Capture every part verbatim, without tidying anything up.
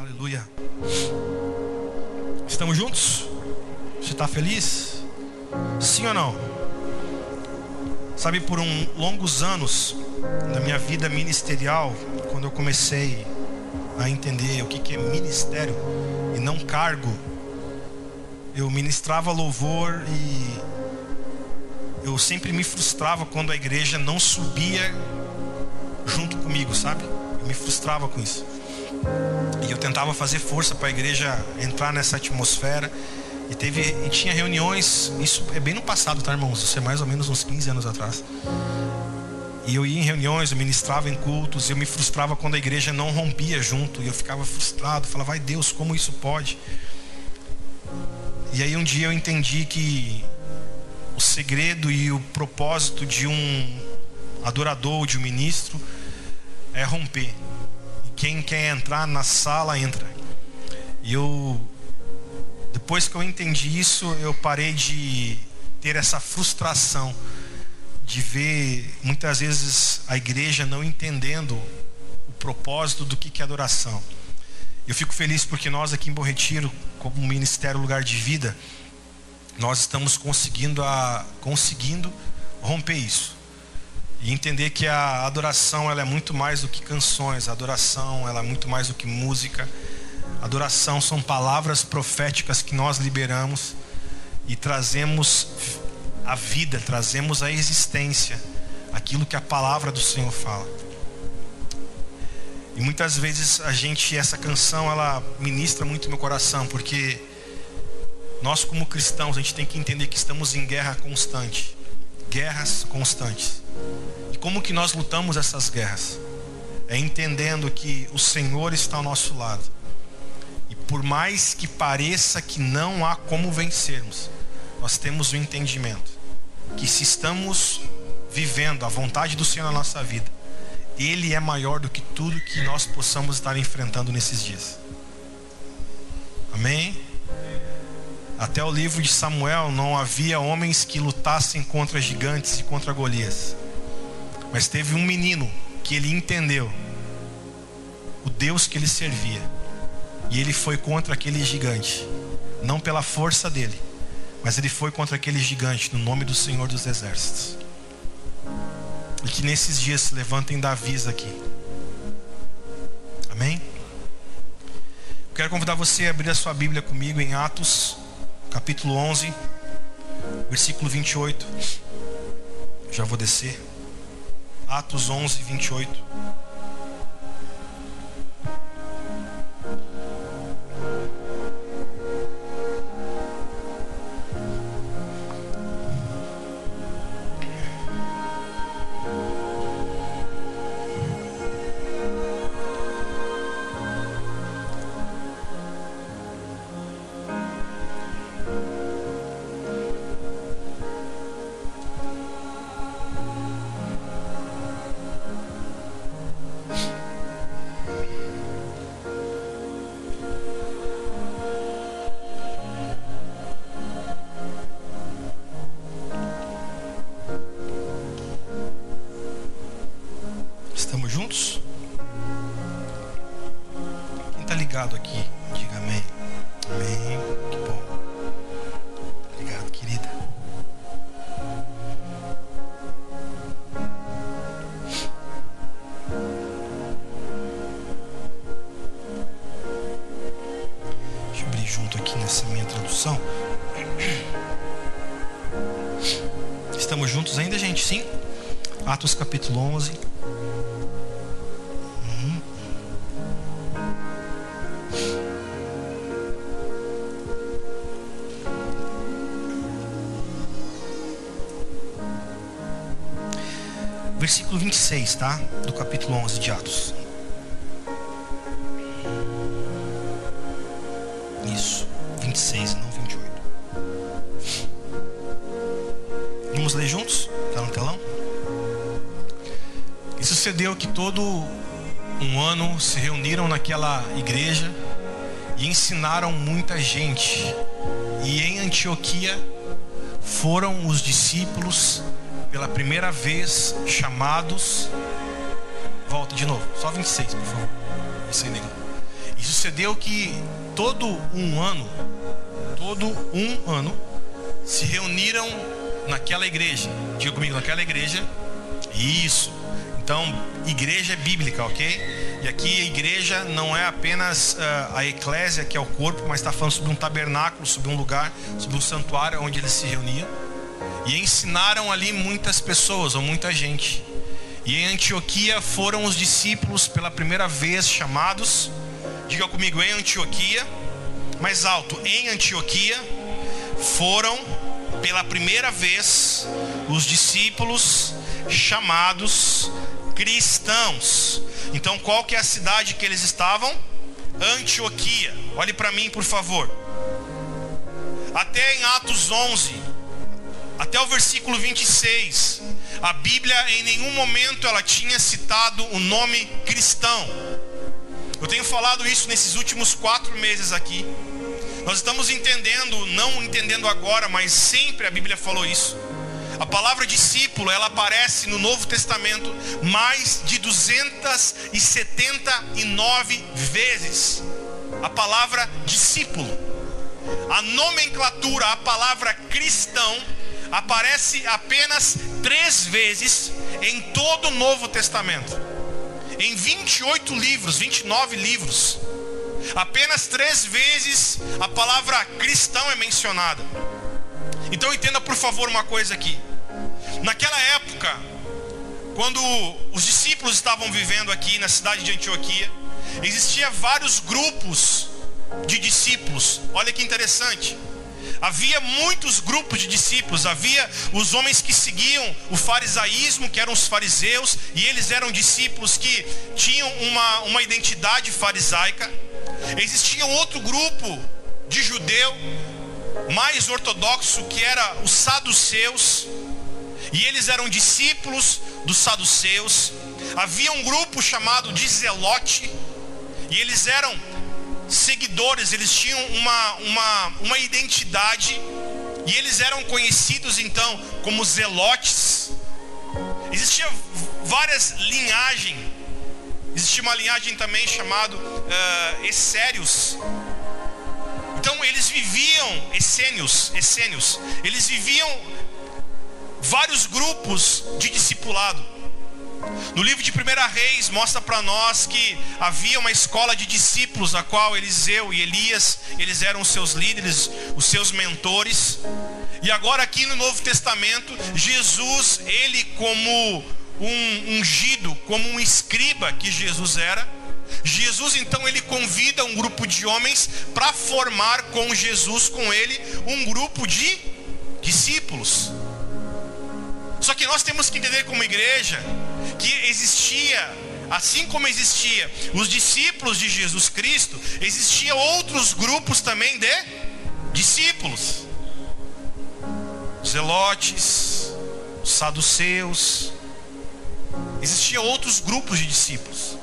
Aleluia. Estamos juntos? Você está feliz? Sim ou não? Sabe, por um, longos anos da minha vida ministerial, quando eu comecei a entender o que, que é ministério e não cargo, eu ministrava louvor e eu sempre me frustrava quando a igreja não subia junto comigo, sabe? Eu me frustrava com isso. E eu tentava fazer força para a igreja entrar nessa atmosfera. E, teve, e tinha reuniões, isso é bem no passado, tá, irmãos? Isso é mais ou menos uns quinze anos atrás. E eu ia em reuniões, eu ministrava em cultos, e eu me frustrava quando a igreja não rompia junto. E eu ficava frustrado, falava, ai Deus, como isso pode? E aí um dia eu entendi que o segredo e o propósito de um adorador, de um ministro, é romper. E quem quer entrar na sala, entra. E eu... Depois que eu entendi isso, eu parei de ter essa frustração de ver muitas vezes a igreja não entendendo o propósito do que é adoração. Eu fico feliz porque nós aqui em Bom Retiro, como Ministério Lugar de Vida, nós estamos conseguindo, a, conseguindo romper isso. E entender que a adoração ela é muito mais do que canções, a adoração ela é muito mais do que música. Adoração são palavras proféticas que nós liberamos e trazemos a vida, trazemos a existência, aquilo que a palavra do Senhor fala. E muitas vezes a gente, essa canção, ela ministra muito meu coração, porque nós como cristãos, a gente tem que entender que estamos em guerra constante, guerras constantes. E como que nós lutamos essas guerras? É entendendo que o Senhor está ao nosso lado. Por mais que pareça que não há como vencermos, nós temos o entendimento que se estamos vivendo a vontade do Senhor na nossa vida, Ele é maior do que tudo que nós possamos estar enfrentando nesses dias. Amém? Até o livro de Samuel não havia homens que lutassem contra gigantes e contra Golias, mas teve um menino que ele entendeu o Deus que ele servia. E ele foi contra aquele gigante, não pela força dele, mas ele foi contra aquele gigante no nome do Senhor dos Exércitos. E que nesses dias se levantem Davis aqui. Amém? Eu quero convidar você a abrir a sua Bíblia comigo em Atos, capítulo onze, versículo vinte e oito. Já vou descer. Atos onze, vinte e oito. Estamos juntos? Quem está ligado aqui, diga amém. Amém, que bom. Obrigado, querida. Deixa eu abrir junto aqui nessa minha tradução. Estamos juntos ainda, gente? Sim? Atos capítulo onze. Versículo vinte e seis, tá? Do capítulo onze de Atos. Isso, vinte e seis, não vinte e oito. Vamos ler juntos? Tá no telão? E sucedeu que todo um ano se reuniram naquela igreja e ensinaram muita gente. E em Antioquia foram os discípulos pela primeira vez chamados. Volta de novo, só vinte e seis, por favor. Isso aí, negão. E sucedeu que todo um ano, todo um ano, se reuniram naquela igreja. Diga comigo, naquela igreja. Isso. Então, igreja é bíblica, ok? E aqui a igreja não é apenas uh, a eclésia, que é o corpo, mas está falando sobre um tabernáculo, sobre um lugar, sobre um santuário onde eles se reuniam. E ensinaram ali muitas pessoas, ou muita gente. E em Antioquia foram os discípulos pela primeira vez chamados. Diga comigo, em Antioquia. Mais alto, em Antioquia foram pela primeira vez os discípulos chamados cristãos. Então qual que é a cidade que eles estavam? Antioquia. Olhe para mim, por favor. Até em Atos onze, até o versículo vinte e seis, a Bíblia em nenhum momento ela tinha citado o nome cristão. Eu tenho falado isso nesses últimos quatro meses aqui. Nós estamos entendendo, não entendendo agora, mas sempre a Bíblia falou isso. A palavra discípulo, ela aparece no Novo Testamento mais de duzentas e setenta e nove vezes. A palavra discípulo. A nomenclatura, a palavra cristão, aparece apenas três vezes em todo o Novo Testamento. Em vinte e oito livros, vinte e nove livros, apenas três vezes a palavra cristão é mencionada. Então entenda por favor uma coisa aqui. Naquela época, quando os discípulos estavam vivendo aqui na cidade de Antioquia, existia vários grupos de discípulos. Olha que interessante. Havia muitos grupos de discípulos. Havia os homens que seguiam o farisaísmo, que eram os fariseus, e eles eram discípulos que tinham uma, uma identidade farisaica. Existia outro grupo de judeu mais ortodoxo, que era os saduceus, e eles eram discípulos dos saduceus. Havia um grupo chamado de zelote, e eles eram seguidores, eles tinham uma, uma, uma identidade, e eles eram conhecidos então como zelotes. Existia várias linhagens. Existia uma linhagem também chamada uh, essênios. Então eles viviam, essênios, essênios, eles viviam vários grupos de discipulado. No livro de Primeira Reis mostra para nós que havia uma escola de discípulos, a qual Eliseu e Elias, eles eram os seus líderes, os seus mentores. E agora aqui no Novo Testamento, Jesus, ele como um ungido, como um escriba que Jesus era, Jesus então ele convida um grupo de homens para formar com Jesus, com ele, um grupo de discípulos. Só que nós temos que entender como igreja que existia, assim como existia os discípulos de Jesus Cristo, existia outros grupos também de discípulos. Zelotes, saduceus. Existiam outros grupos de discípulos.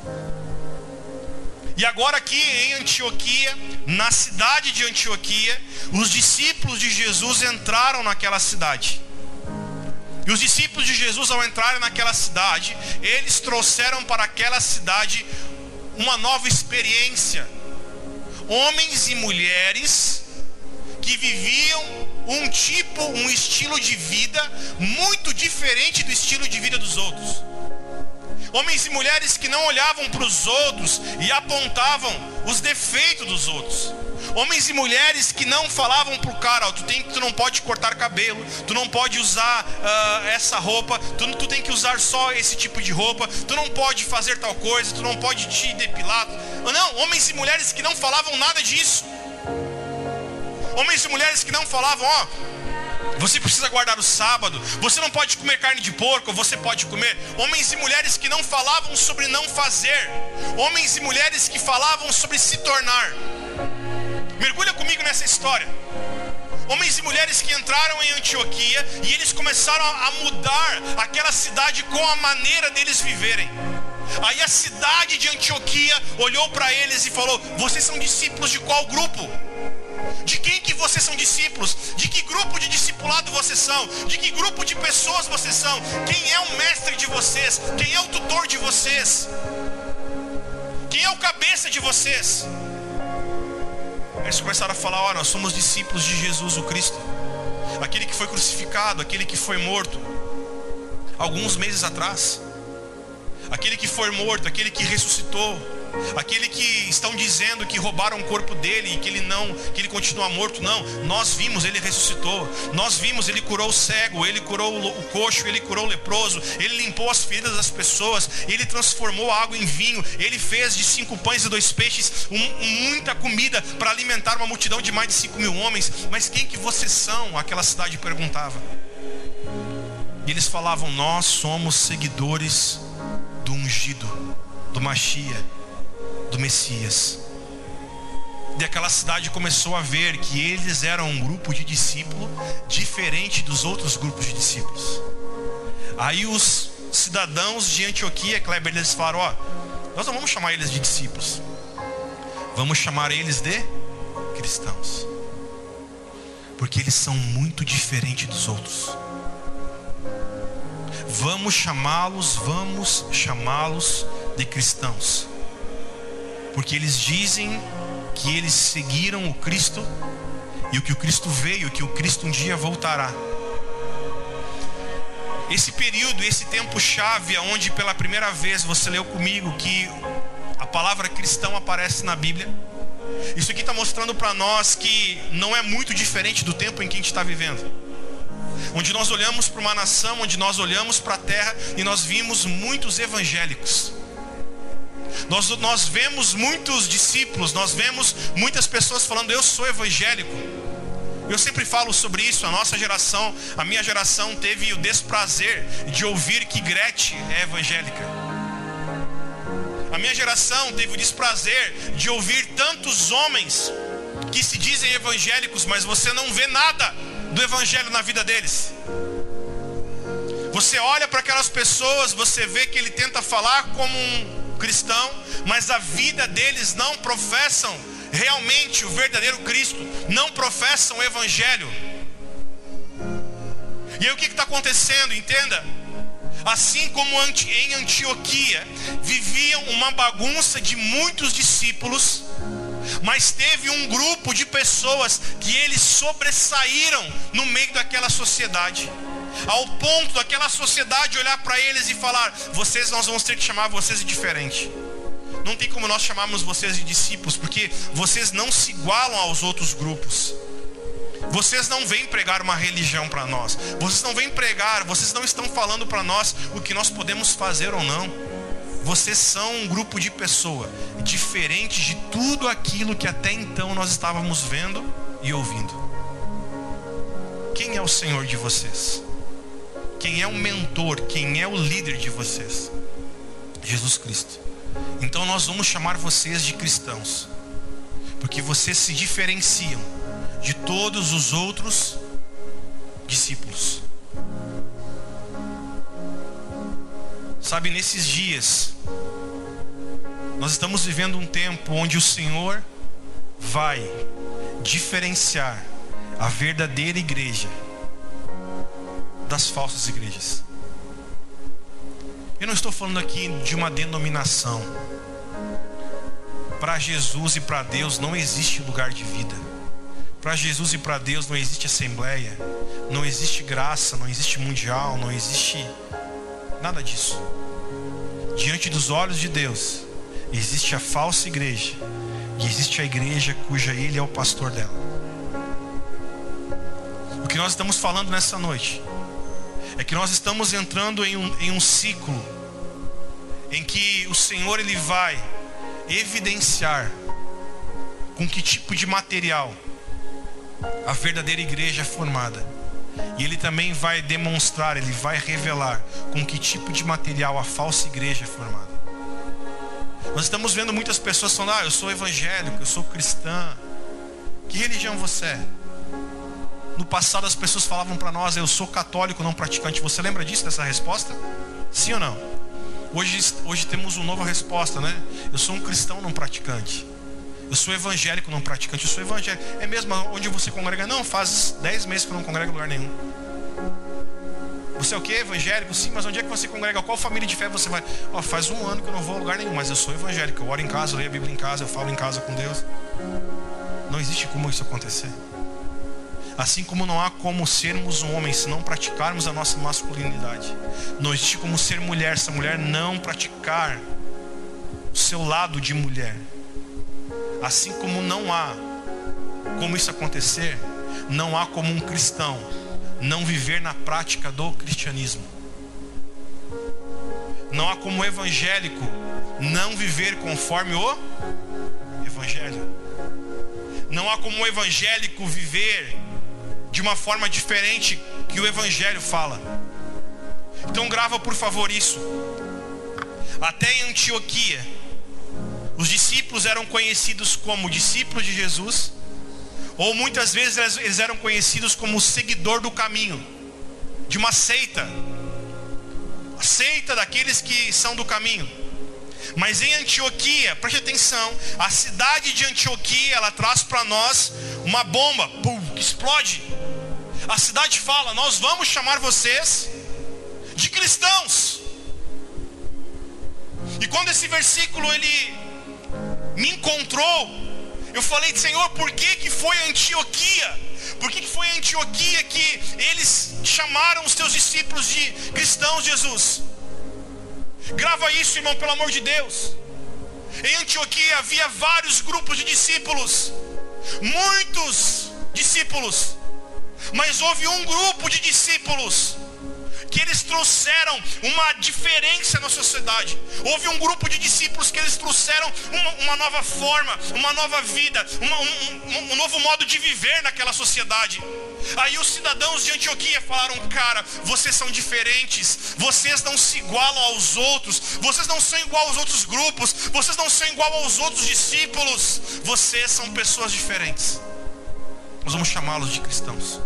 E agora aqui em Antioquia, na cidade de Antioquia, os discípulos de Jesus entraram naquela cidade. E os discípulos de Jesus, ao entrarem naquela cidade, eles trouxeram para aquela cidade uma nova experiência. Homens e mulheres que viviam um tipo, um estilo de vida muito diferente do estilo de vida dos outros. Homens e mulheres que não olhavam para os outros e apontavam os defeitos dos outros. Homens e mulheres que não falavam pro cara, ó, tu, tem, tu não pode cortar cabelo, tu não pode usar uh, essa roupa, tu, tu tem que usar só esse tipo de roupa, tu não pode fazer tal coisa, tu não pode te depilar. Não, homens e mulheres que não falavam nada disso. Homens e mulheres que não falavam, ó, você precisa guardar o sábado, você não pode comer carne de porco, você pode comer. Homens e mulheres que não falavam sobre não fazer. Homens e mulheres que falavam sobre se tornar. Mergulha comigo nessa história. Homens e mulheres que entraram em Antioquia e eles começaram a mudar aquela cidade com a maneira deles viverem. Aí a cidade de Antioquia olhou para eles e falou: vocês são discípulos de qual grupo? De quem que vocês são discípulos? De que grupo de discipulado vocês são? De que grupo de pessoas vocês são? Quem é o mestre de vocês? Quem é o tutor de vocês? Quem é o cabeça de vocês? Eles começaram a falar: ó, nós somos discípulos de Jesus o Cristo, aquele que foi crucificado, aquele que foi morto alguns meses atrás, aquele que foi morto, aquele que ressuscitou, aquele que estão dizendo que roubaram o corpo dele e que ele não, que ele continua morto. Não, nós vimos, ele ressuscitou. Nós vimos, ele curou o cego, ele curou o coxo, ele curou o leproso, ele limpou as feridas das pessoas, ele transformou a água em vinho, ele fez de cinco pães e dois peixes um, muita comida para alimentar uma multidão de mais de cinco mil homens. Mas quem que vocês são? Aquela cidade perguntava. E eles falavam: nós somos seguidores do ungido, do Mashiach, do Messias. E aquela cidade começou a ver que eles eram um grupo de discípulos diferente dos outros grupos de discípulos. Aí os cidadãos de Antioquia, Kleber, eles falaram: ó, nós não vamos chamar eles de discípulos, vamos chamar eles de cristãos, porque eles são muito diferentes dos outros. Vamos chamá-los, vamos chamá-los de cristãos, porque eles dizem que eles seguiram o Cristo, e o que o Cristo veio, que o Cristo um dia voltará. Esse período, esse tempo chave, onde pela primeira vez você leu comigo que a palavra cristão aparece na Bíblia, isso aqui está mostrando para nós que não é muito diferente do tempo em que a gente está vivendo, onde nós olhamos para uma nação, onde nós olhamos para a terra e nós vimos muitos evangélicos. Nós, nós vemos muitos discípulos, nós vemos muitas pessoas falando: eu sou evangélico. Eu sempre falo sobre isso. A nossa geração, a minha geração, teve o desprazer de ouvir que Gretchen é evangélica. A minha geração teve o desprazer de ouvir tantos homens que se dizem evangélicos, mas você não vê nada do evangelho na vida deles. Você olha para aquelas pessoas, você vê que ele tenta falar como um cristão, mas a vida deles não professam realmente o verdadeiro Cristo, não professam o evangelho. E aí o que está acontecendo? Entenda, assim como em Antioquia viviam uma bagunça de muitos discípulos, mas teve um grupo de pessoas que eles sobressaíram no meio daquela sociedade, ao ponto daquela sociedade olhar para eles e falar: vocês, nós vamos ter que chamar vocês de diferente. Não tem como nós chamarmos vocês de discípulos, porque vocês não se igualam aos outros grupos. Vocês não vêm pregar uma religião para nós. Vocês não vêm pregar, vocês não estão falando para nós o que nós podemos fazer ou não. Vocês são um grupo de pessoas diferente de tudo aquilo que até então nós estávamos vendo e ouvindo. Quem é o Senhor de vocês? Quem é o mentor? Quem é o líder de vocês? Jesus Cristo. Então nós vamos chamar vocês de cristãos, porque vocês se diferenciam de todos os outros discípulos. Sabe, nesses dias nós estamos vivendo um tempo onde o Senhor vai diferenciar a verdadeira igreja das falsas igrejas. Eu não estou falando aqui de uma denominação. Para Jesus e para Deus não existe lugar de vida. Para Jesus e para Deus não existe assembleia, não existe graça, não existe mundial, não existe nada disso. Diante dos olhos de Deus existe a falsa igreja, e existe a igreja cuja Ele é o pastor dela. O que nós estamos falando nessa noite é que nós estamos entrando em um, em um ciclo em que o Senhor Ele vai evidenciar com que tipo de material a verdadeira igreja é formada. E Ele também vai demonstrar, Ele vai revelar com que tipo de material a falsa igreja é formada. Nós estamos vendo muitas pessoas falando: ah, eu sou evangélico, eu sou cristã. Que religião você é? No passado as pessoas falavam para nós: eu sou católico não praticante. Você lembra disso, dessa resposta? Sim ou não? Hoje, hoje temos uma nova resposta, né? Eu sou um cristão não praticante. Eu sou evangélico não praticante. Eu sou evangélico. É mesmo onde você congrega? Não, faz dez meses que eu não congrego em lugar nenhum. Você é o que? Evangélico? Sim, mas onde é que você congrega? Qual família de fé você vai? Oh, faz um ano que eu não vou a lugar nenhum, mas eu sou evangélico. Eu oro em casa, eu leio a Bíblia em casa, eu falo em casa com Deus. Não existe como isso acontecer. Assim como não há como sermos um homem se não praticarmos a nossa masculinidade. Não existe como ser mulher se a mulher não praticar o seu lado de mulher. Assim como não há como isso acontecer, não há como um cristão não viver na prática do cristianismo. Não há como um evangélico não viver conforme o evangelho. Não há como um evangélico viver de uma forma diferente que o evangelho fala. Então grava por favor isso. Até em Antioquia, os discípulos eram conhecidos como discípulos de Jesus, ou muitas vezes eles eram conhecidos como o seguidor do caminho, de uma seita, a seita daqueles que são do caminho. Mas em Antioquia, preste atenção, a cidade de Antioquia, ela traz para nós uma bomba, pum, que explode. A cidade fala: nós vamos chamar vocês de cristãos. E quando esse versículo ele me encontrou, eu falei: Senhor, por que que foi Antioquia? Por que que foi Antioquia que eles chamaram os teus discípulos de cristãos, Jesus? Grava isso, irmão, pelo amor de Deus. Em Antioquia havia vários grupos de discípulos, muitos discípulos, mas houve um grupo de discípulos que eles trouxeram uma diferença na sociedade. Houve um grupo de discípulos que eles trouxeram uma, uma nova forma, uma nova vida, uma, um, um novo modo de viver naquela sociedade. Aí os cidadãos de Antioquia falaram: cara, vocês são diferentes, vocês não se igualam aos outros, vocês não são igual aos outros grupos, vocês não são igual aos outros discípulos, vocês são pessoas diferentes. Nós vamos chamá-los de cristãos.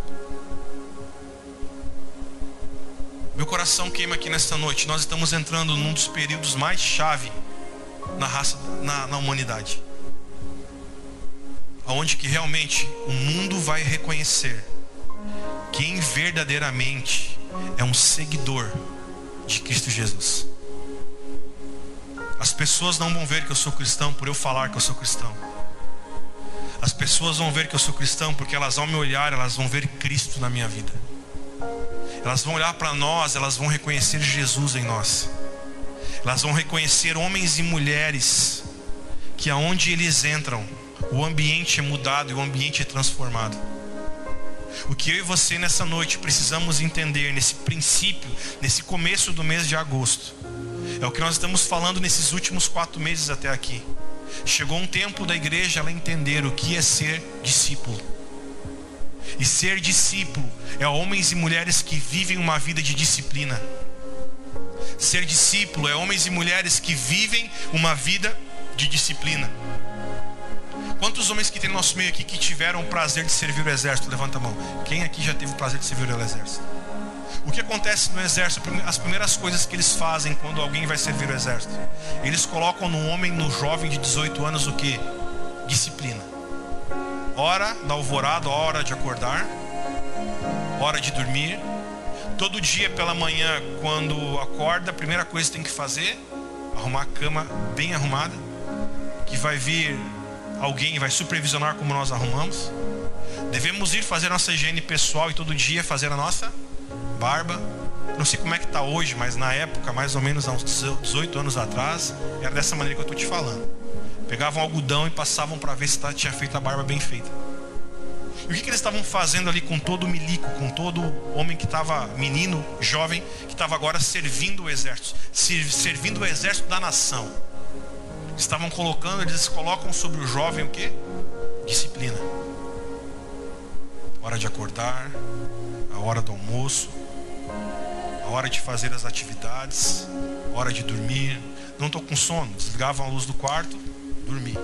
Meu coração queima aqui nesta noite. Nós estamos entrando num dos períodos mais chave na raça, na, na humanidade, aonde que realmente o mundo vai reconhecer quem verdadeiramente é um seguidor de Cristo Jesus. As pessoas não vão ver que eu sou cristão por eu falar que eu sou cristão. As pessoas vão ver que eu sou cristão porque elas, ao me olhar, elas vão ver Cristo na minha vida. Elas vão olhar para nós, elas vão reconhecer Jesus em nós. Elas vão reconhecer homens e mulheres que aonde eles entram, o ambiente é mudado e o ambiente é transformado. O que eu e você nessa noite precisamos entender nesse princípio, nesse começo do mês de agosto, é o que nós estamos falando nesses últimos quatro meses até aqui. Chegou um tempo da igreja ela entender o que é ser discípulo. E ser discípulo é homens e mulheres que vivem uma vida de disciplina. Ser discípulo é homens e mulheres que vivem uma vida de disciplina. Quantos homens que tem no nosso meio aqui que tiveram o prazer de servir o exército? Levanta a mão. Quem aqui já teve o prazer de servir o exército? O que acontece no exército? As primeiras coisas que eles fazem quando alguém vai servir o exército, eles colocam no homem, no jovem de dezoito anos, o que? Disciplina. Hora da alvorada, hora de acordar, hora de dormir. Todo dia pela manhã, quando acorda, a primeira coisa que tem que fazer, arrumar a cama bem arrumada, que vai vir alguém, vai supervisionar como nós arrumamos. Devemos ir fazer a nossa higiene pessoal e todo dia fazer a nossa barba. Não sei como é que está hoje, mas na época, mais ou menos há uns dezoito anos atrás, era dessa maneira que eu estou te falando. Pegavam algodão e passavam para ver se tá, tinha feito a barba bem feita. E o que, que eles estavam fazendo ali com todo o milico, com todo o homem que estava, menino, jovem, que estava agora servindo o exército, servindo o exército da nação? Estavam colocando, eles colocam sobre o jovem o que? Disciplina. Hora de acordar, a hora do almoço, a hora de fazer as atividades, a hora de dormir. Não estou com sono, desligavam a luz do quarto, dormir.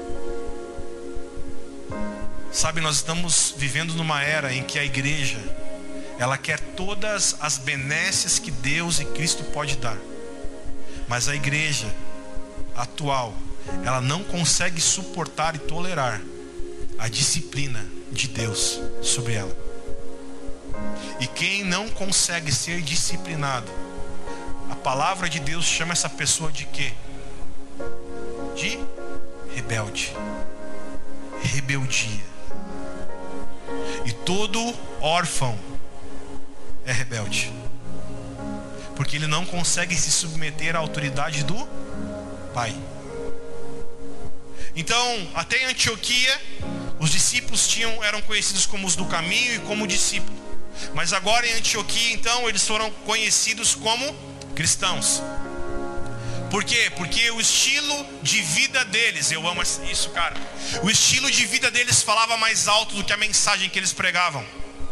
Sabe, nós estamos vivendo numa era em que a igreja, ela quer todas as benesses que Deus e Cristo pode dar, mas a igreja atual, ela não consegue suportar e tolerar a disciplina de Deus sobre ela. E quem não consegue ser disciplinado, a palavra de Deus chama essa pessoa de quê? De rebelde. rebeldia. E todo órfão é rebelde, porque ele não consegue se submeter à autoridade do pai. Então, até em Antioquia, os discípulos tinham, eram conhecidos como os do caminho e como discípulo. Mas agora em Antioquia, então, eles foram conhecidos como cristãos. Por quê? Porque o estilo de vida deles, eu amo isso, cara. O estilo de vida deles falava mais alto do que a mensagem que eles pregavam.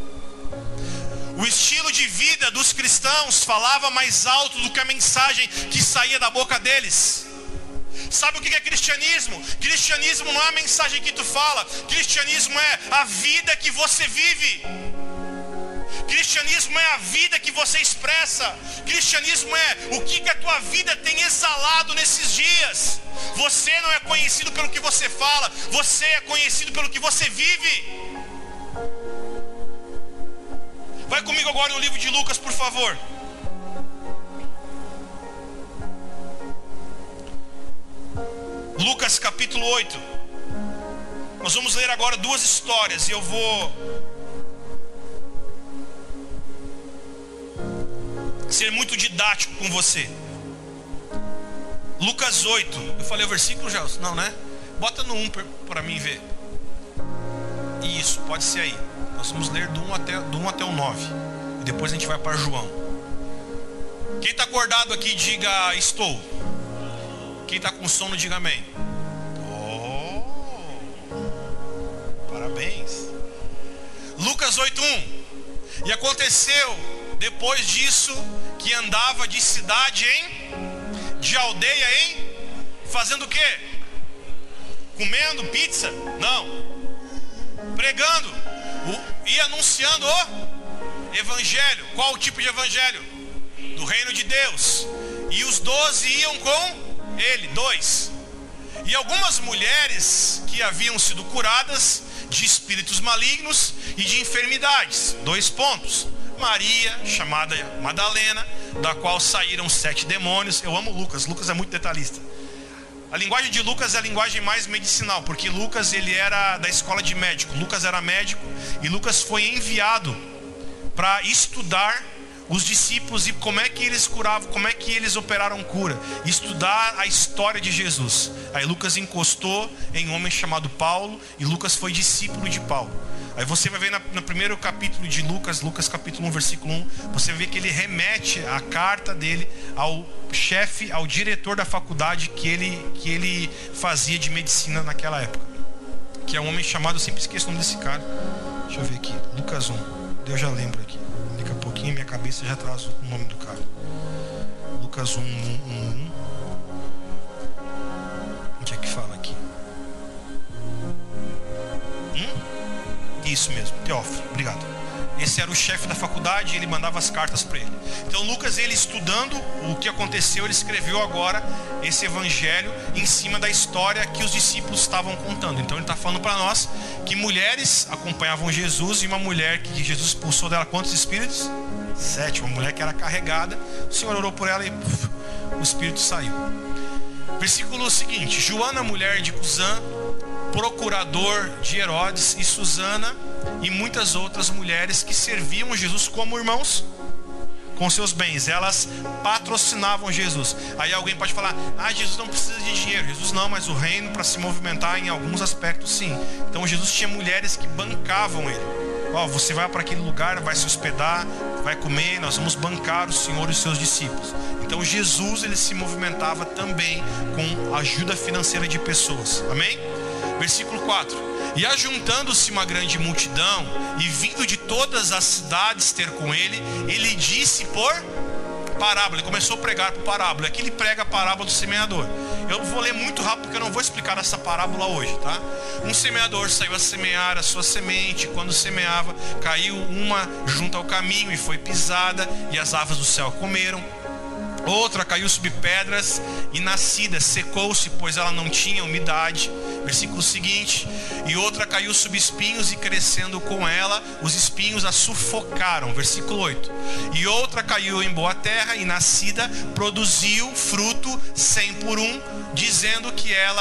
O estilo de vida dos cristãos falava mais alto do que a mensagem que saía da boca deles. Sabe o que é cristianismo? Cristianismo não é a mensagem que tu fala. Cristianismo é a vida que você vive. Cristianismo é a vida que você expressa. Cristianismo é o que, que a tua vida tem exalado nesses dias. Você não é conhecido pelo que você fala, você é conhecido pelo que você vive. Vai comigo agora no livro de Lucas, por favor. Lucas capítulo oito. Nós vamos ler agora duas histórias e eu vou ser muito didático com você. Lucas oito. Eu falei o versículo, Gelson? Não, né? Bota no um para mim ver. Isso, pode ser aí. Nós vamos ler do um até, do um até o nove. E depois a gente vai para João. Quem está acordado aqui, diga estou. Quem está com sono, diga amém. Oh, parabéns. Lucas oito, um. E aconteceu depois disso que andava de cidade em, de aldeia em, fazendo o quê? Comendo pizza? Não. Pregando o, e anunciando o evangelho. Qual o tipo de evangelho? Do reino de Deus. E os doze iam com ele, dois. E algumas mulheres que haviam sido curadas de espíritos malignos e de enfermidades. Dois pontos. Maria, chamada Madalena, da qual saíram sete demônios. Eu amo Lucas, Lucas é muito detalhista. A linguagem de Lucas é a linguagem mais medicinal, porque Lucas ele era da escola de médico. Lucas era médico e Lucas foi enviado para estudar os discípulos e como é que eles curavam, como é que eles operaram cura, estudar a história de Jesus. Aí Lucas encostou em um homem chamado Paulo e Lucas foi discípulo de Paulo. Aí você vai ver na, no primeiro capítulo de Lucas, Lucas capítulo um, versículo um, você vê que ele remete a carta dele ao chefe, ao diretor da faculdade que ele, que ele fazia de medicina naquela época, que é um homem chamado, eu sempre esqueço o nome desse cara. Deixa eu ver aqui, Lucas um, eu já lembro aqui. Daqui a pouquinho minha cabeça já traz o nome do cara. Lucas um, um, um. Onde é que fala aqui? Hum? Isso mesmo, Teófilo, obrigado. Esse era o chefe da faculdade e ele mandava as cartas para ele. Então Lucas, ele estudando o que aconteceu, ele escreveu agora esse evangelho em cima da história que os discípulos estavam contando. Então ele está falando para nós que mulheres acompanhavam Jesus e uma mulher que Jesus expulsou dela quantos espíritos? Sete. Uma mulher que era carregada, o Senhor orou por ela e uf, o espírito saiu. Versículo seguinte: Joana, mulher de Cusã, procurador de Herodes, e Susana e muitas outras mulheres que serviam Jesus como irmãos com seus bens. Elas patrocinavam Jesus. Aí alguém pode falar: ah, Jesus não precisa de dinheiro. Jesus não, mas o reino, para se movimentar em alguns aspectos, sim. Então Jesus tinha mulheres que bancavam ele. Ó, oh, você vai para aquele lugar, vai se hospedar, vai comer, nós vamos bancar o Senhor e os seus discípulos. Então Jesus, ele se movimentava também com ajuda financeira de pessoas. Amém? Versículo quatro. E ajuntando-se uma grande multidão e vindo de todas as cidades ter com ele, ele disse por parábola. Ele começou a pregar por parábola. Aqui ele prega a parábola do semeador. Eu vou ler muito rápido porque eu não vou explicar essa parábola hoje, tá? Um semeador saiu a semear a sua semente. Quando semeava, caiu uma junto ao caminho e foi pisada, e as aves do céu comeram. Outra caiu sob pedras e nascida, secou-se, pois ela não tinha umidade. Versículo seguinte: e outra caiu sob espinhos, e crescendo com ela, os espinhos a sufocaram. Versículo oito. E outra caiu em boa terra, e nascida produziu fruto cem por um, dizendo que ela, que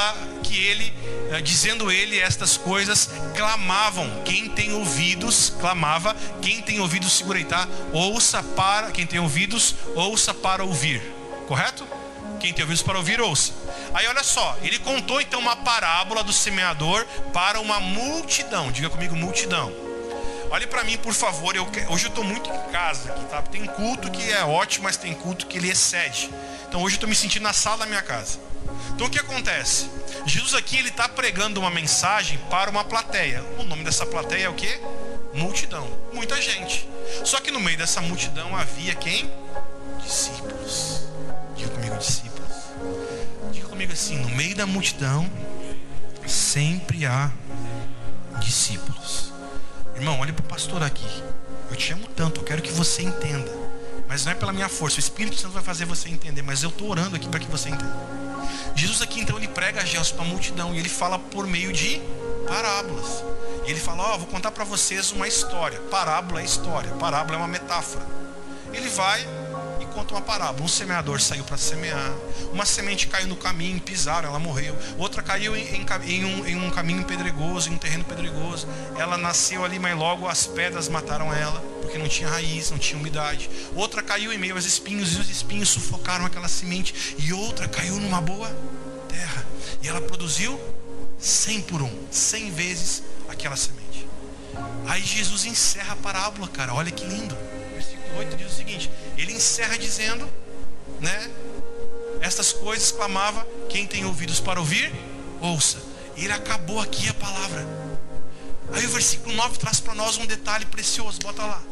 que ele, dizendo ele estas coisas, clamavam. Quem tem ouvidos, clamava. Quem tem ouvidos, segura aí, tá? Ouça para, quem tem ouvidos, ouça para ouvir. Correto? Quem tem ouvidos para ouvir, ouça. Aí olha só, ele contou então uma parábola do semeador para uma multidão. Diga comigo, multidão. Olhe para mim, por favor. Eu, hoje eu estou muito em casa aqui, tá? Tem culto que é ótimo, mas tem culto que ele excede. Então hoje eu estou me sentindo na sala da minha casa. Então o que acontece? Jesus aqui, ele está pregando uma mensagem para uma plateia. O nome dessa plateia é o quê? Multidão. Muita gente. Só que no meio dessa multidão havia quem? Discípulos. Diga comigo, discípulos. Diga comigo assim, no meio da multidão sempre há discípulos. Irmão, olha para o pastor aqui. Eu te amo tanto, eu quero que você entenda. Mas não é pela minha força, o Espírito Santo vai fazer você entender. Mas eu estou orando aqui para que você entenda. Jesus aqui então, ele prega a Jesus para a multidão. E ele fala por meio de parábolas. E ele fala, ó, oh, vou contar para vocês uma história. Parábola é história, parábola é uma metáfora. Ele vai e conta uma parábola. Um semeador saiu para semear. Uma semente caiu no caminho, pisaram, ela morreu. Outra caiu em, em, em, um, em um caminho pedregoso, em um terreno pedregoso. Ela nasceu ali, mas logo as pedras mataram ela, porque não tinha raiz, não tinha umidade. Outra caiu em meio aos espinhos, e os espinhos sufocaram aquela semente. E outra caiu numa boa terra, e ela produziu cem por um, cem vezes aquela semente. Aí Jesus encerra a parábola, cara, olha que lindo. Versículo oito diz o seguinte: ele encerra dizendo, né? Estas coisas clamava, quem tem ouvidos para ouvir, ouça. E ele acabou aqui a palavra. Aí o versículo nove traz para nós um detalhe precioso, bota lá.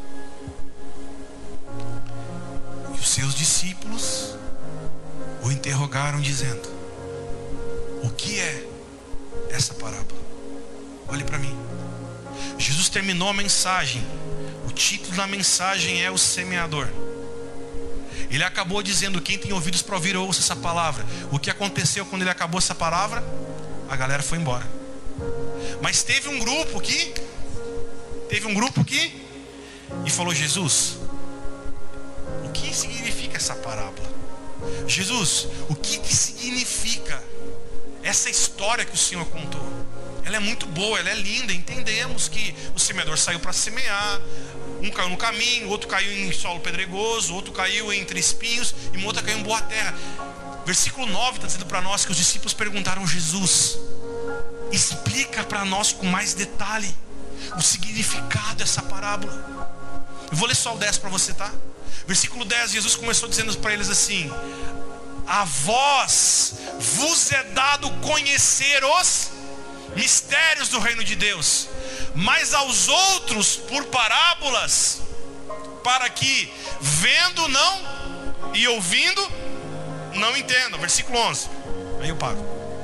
E os seus discípulos o interrogaram dizendo: o que é essa parábola? Olhe para mim. Jesus terminou a mensagem. O título da mensagem é o semeador. Ele acabou dizendo: quem tem ouvidos para ouvir, ouça essa palavra. O que aconteceu quando ele acabou essa palavra? A galera foi embora. Mas teve um grupo que Teve um grupo que E falou: Jesus, o que significa essa parábola? Jesus, o que, que significa essa história que o Senhor contou? Ela é muito boa, ela é linda. Entendemos que o semeador saiu para semear. Um caiu no caminho, outro caiu em solo pedregoso, outro caiu entre espinhos e uma outra caiu em boa terra. Versículo nove está dizendo para nós que os discípulos perguntaram: Jesus, explica para nós com mais detalhe o significado dessa parábola. Eu vou ler só o dez para você, tá? Versículo dez, Jesus começou dizendo para eles assim: a vós vos é dado conhecer os mistérios do reino de Deus, mas aos outros por parábolas, para que vendo não e ouvindo não entendam. Versículo onze, aí eu paro.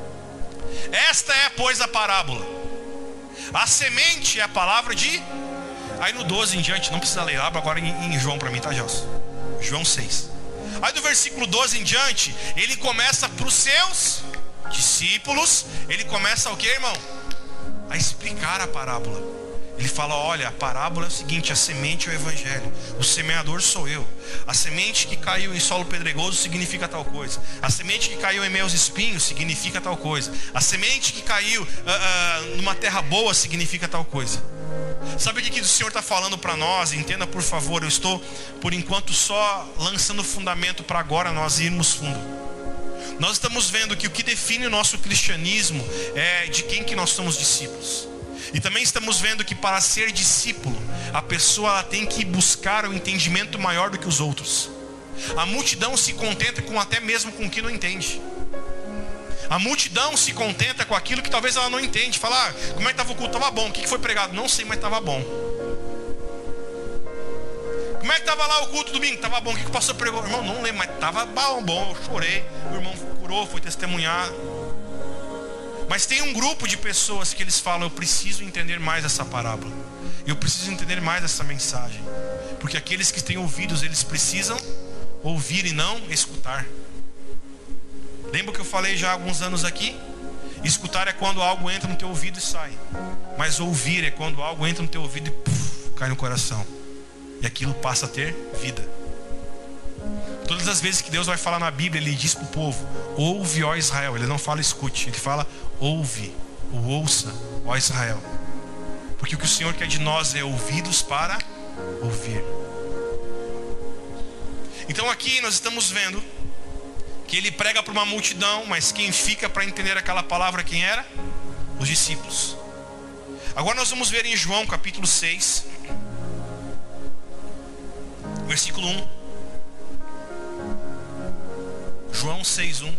Esta é, pois, a parábola. A semente é a palavra de... Aí no doze em diante, não precisa ler, abra agora em, em João para mim, tá, Gelson? João seis. Aí do versículo doze em diante, ele começa para os seus discípulos. Ele começa o que, irmão? A explicar a parábola. Ele fala: olha, a parábola é o seguinte, a semente é o evangelho, o semeador sou eu. A semente que caiu em solo pedregoso significa tal coisa. A semente que caiu em meio aos espinhos significa tal coisa. A semente que caiu uh, uh, numa terra boa significa tal coisa. Sabe o que, que o Senhor está falando para nós? Entenda, por favor. Eu estou, por enquanto, só lançando fundamento para agora nós irmos fundo. Nós estamos vendo que o que define o nosso cristianismo é de quem que nós somos discípulos. E também estamos vendo que para ser discípulo, a pessoa ela tem que buscar o um entendimento maior do que os outros. A multidão se contenta com até mesmo com o que não entende. A multidão se contenta com aquilo que talvez ela não entende. Fala: ah, como é que estava o culto? Estava bom. O que, que foi pregado? Não sei, mas estava bom. Como é que estava lá o culto domingo? Estava bom. O que, que o pastor pregou? Irmão, não lembro, mas estava bom, bom. Eu chorei. O irmão curou, foi testemunhar. Mas tem um grupo de pessoas que eles falam: eu preciso entender mais essa parábola, eu preciso entender mais essa mensagem. Porque aqueles que têm ouvidos, eles precisam ouvir e não escutar. Lembra que eu falei já há alguns anos aqui? Escutar é quando algo entra no teu ouvido e sai. Mas ouvir é quando algo entra no teu ouvido e puff, cai no coração. E aquilo passa a ter vida. Todas as vezes que Deus vai falar na Bíblia, Ele diz para o povo: ouve, ó Israel. Ele não fala escute, Ele fala ouve, ou ouça, ó Israel. Porque o que o Senhor quer de nós é ouvidos para ouvir. Então aqui nós estamos vendo que ele prega para uma multidão, mas quem fica para entender aquela palavra, quem era? Os discípulos. Agora nós vamos ver em João capítulo seis, versículo um. João seis, um.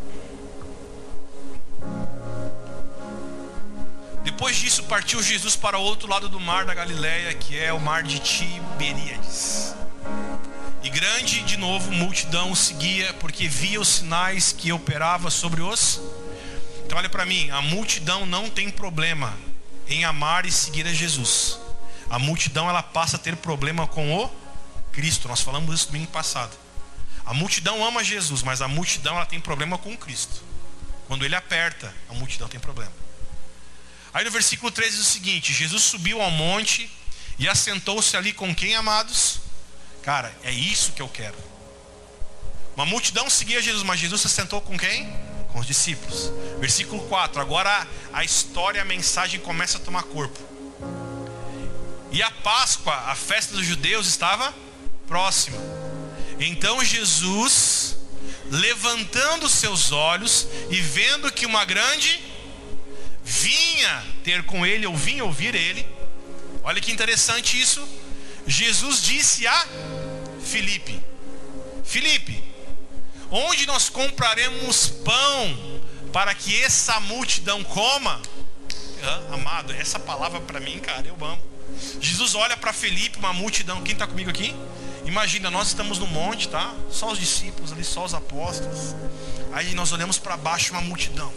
Depois disso partiu Jesus para o outro lado do mar da Galileia, que é o mar de Tiberíades. E grande, de novo, multidão o seguia, porque via os sinais que operava sobre os... Então olha para mim, a multidão não tem problema em amar e seguir a Jesus. A multidão, ela passa a ter problema com o Cristo. Nós falamos isso domingo passado. A multidão ama Jesus, mas a multidão, ela tem problema com o Cristo. Quando ele aperta, a multidão tem problema. Aí no versículo treze diz o seguinte: Jesus subiu ao monte e assentou-se ali com quem, amados? Cara, é isso que eu quero. Uma multidão seguia Jesus, mas Jesus se assentou com quem? Com os discípulos. Versículo quatro. Agora a história, a mensagem começa a tomar corpo. E a Páscoa, a festa dos judeus, estava próxima. Então Jesus, levantando seus olhos e vendo que uma grande vinha ter com ele, ou vinha ouvir ele. Olha que interessante isso. Jesus disse a Filipe: Filipe, onde nós compraremos pão para que essa multidão coma? Ah, amado, essa palavra para mim, cara, eu amo. Jesus olha para Filipe, uma multidão. Quem está comigo aqui? Imagina, nós estamos no monte, tá? Só os discípulos ali, só os apóstolos. Aí nós olhamos para baixo, uma multidão.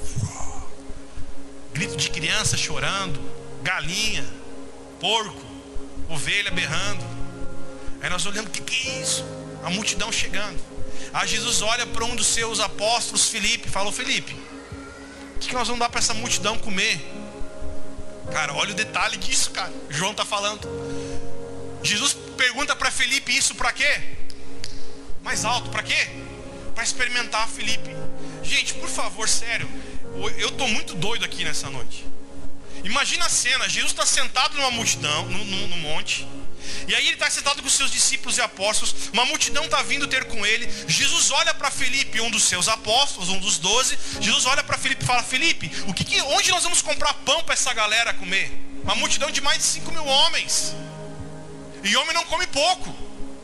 Grito de criança chorando, galinha, porco, ovelha berrando. Aí nós olhamos, o que, que é isso? A multidão chegando. Aí Jesus olha para um dos seus apóstolos, Filipe, e falou: Filipe, o que, que nós vamos dar para essa multidão comer? Cara, olha o detalhe disso, cara. João está falando. Jesus pergunta para Filipe isso para quê? Mais alto, para quê? Para experimentar Filipe. Gente, por favor, sério, eu estou muito doido aqui nessa noite. Imagina a cena, Jesus está sentado numa multidão, no, no, no monte. E aí ele está sentado com os seus discípulos e apóstolos. Uma multidão está vindo ter com ele. Jesus olha para Filipe, um dos seus apóstolos, um dos doze. Jesus olha para Filipe e fala: Filipe, o que, que, onde nós vamos comprar pão para essa galera comer? Uma multidão de mais de cinco mil homens. E homem não come pouco.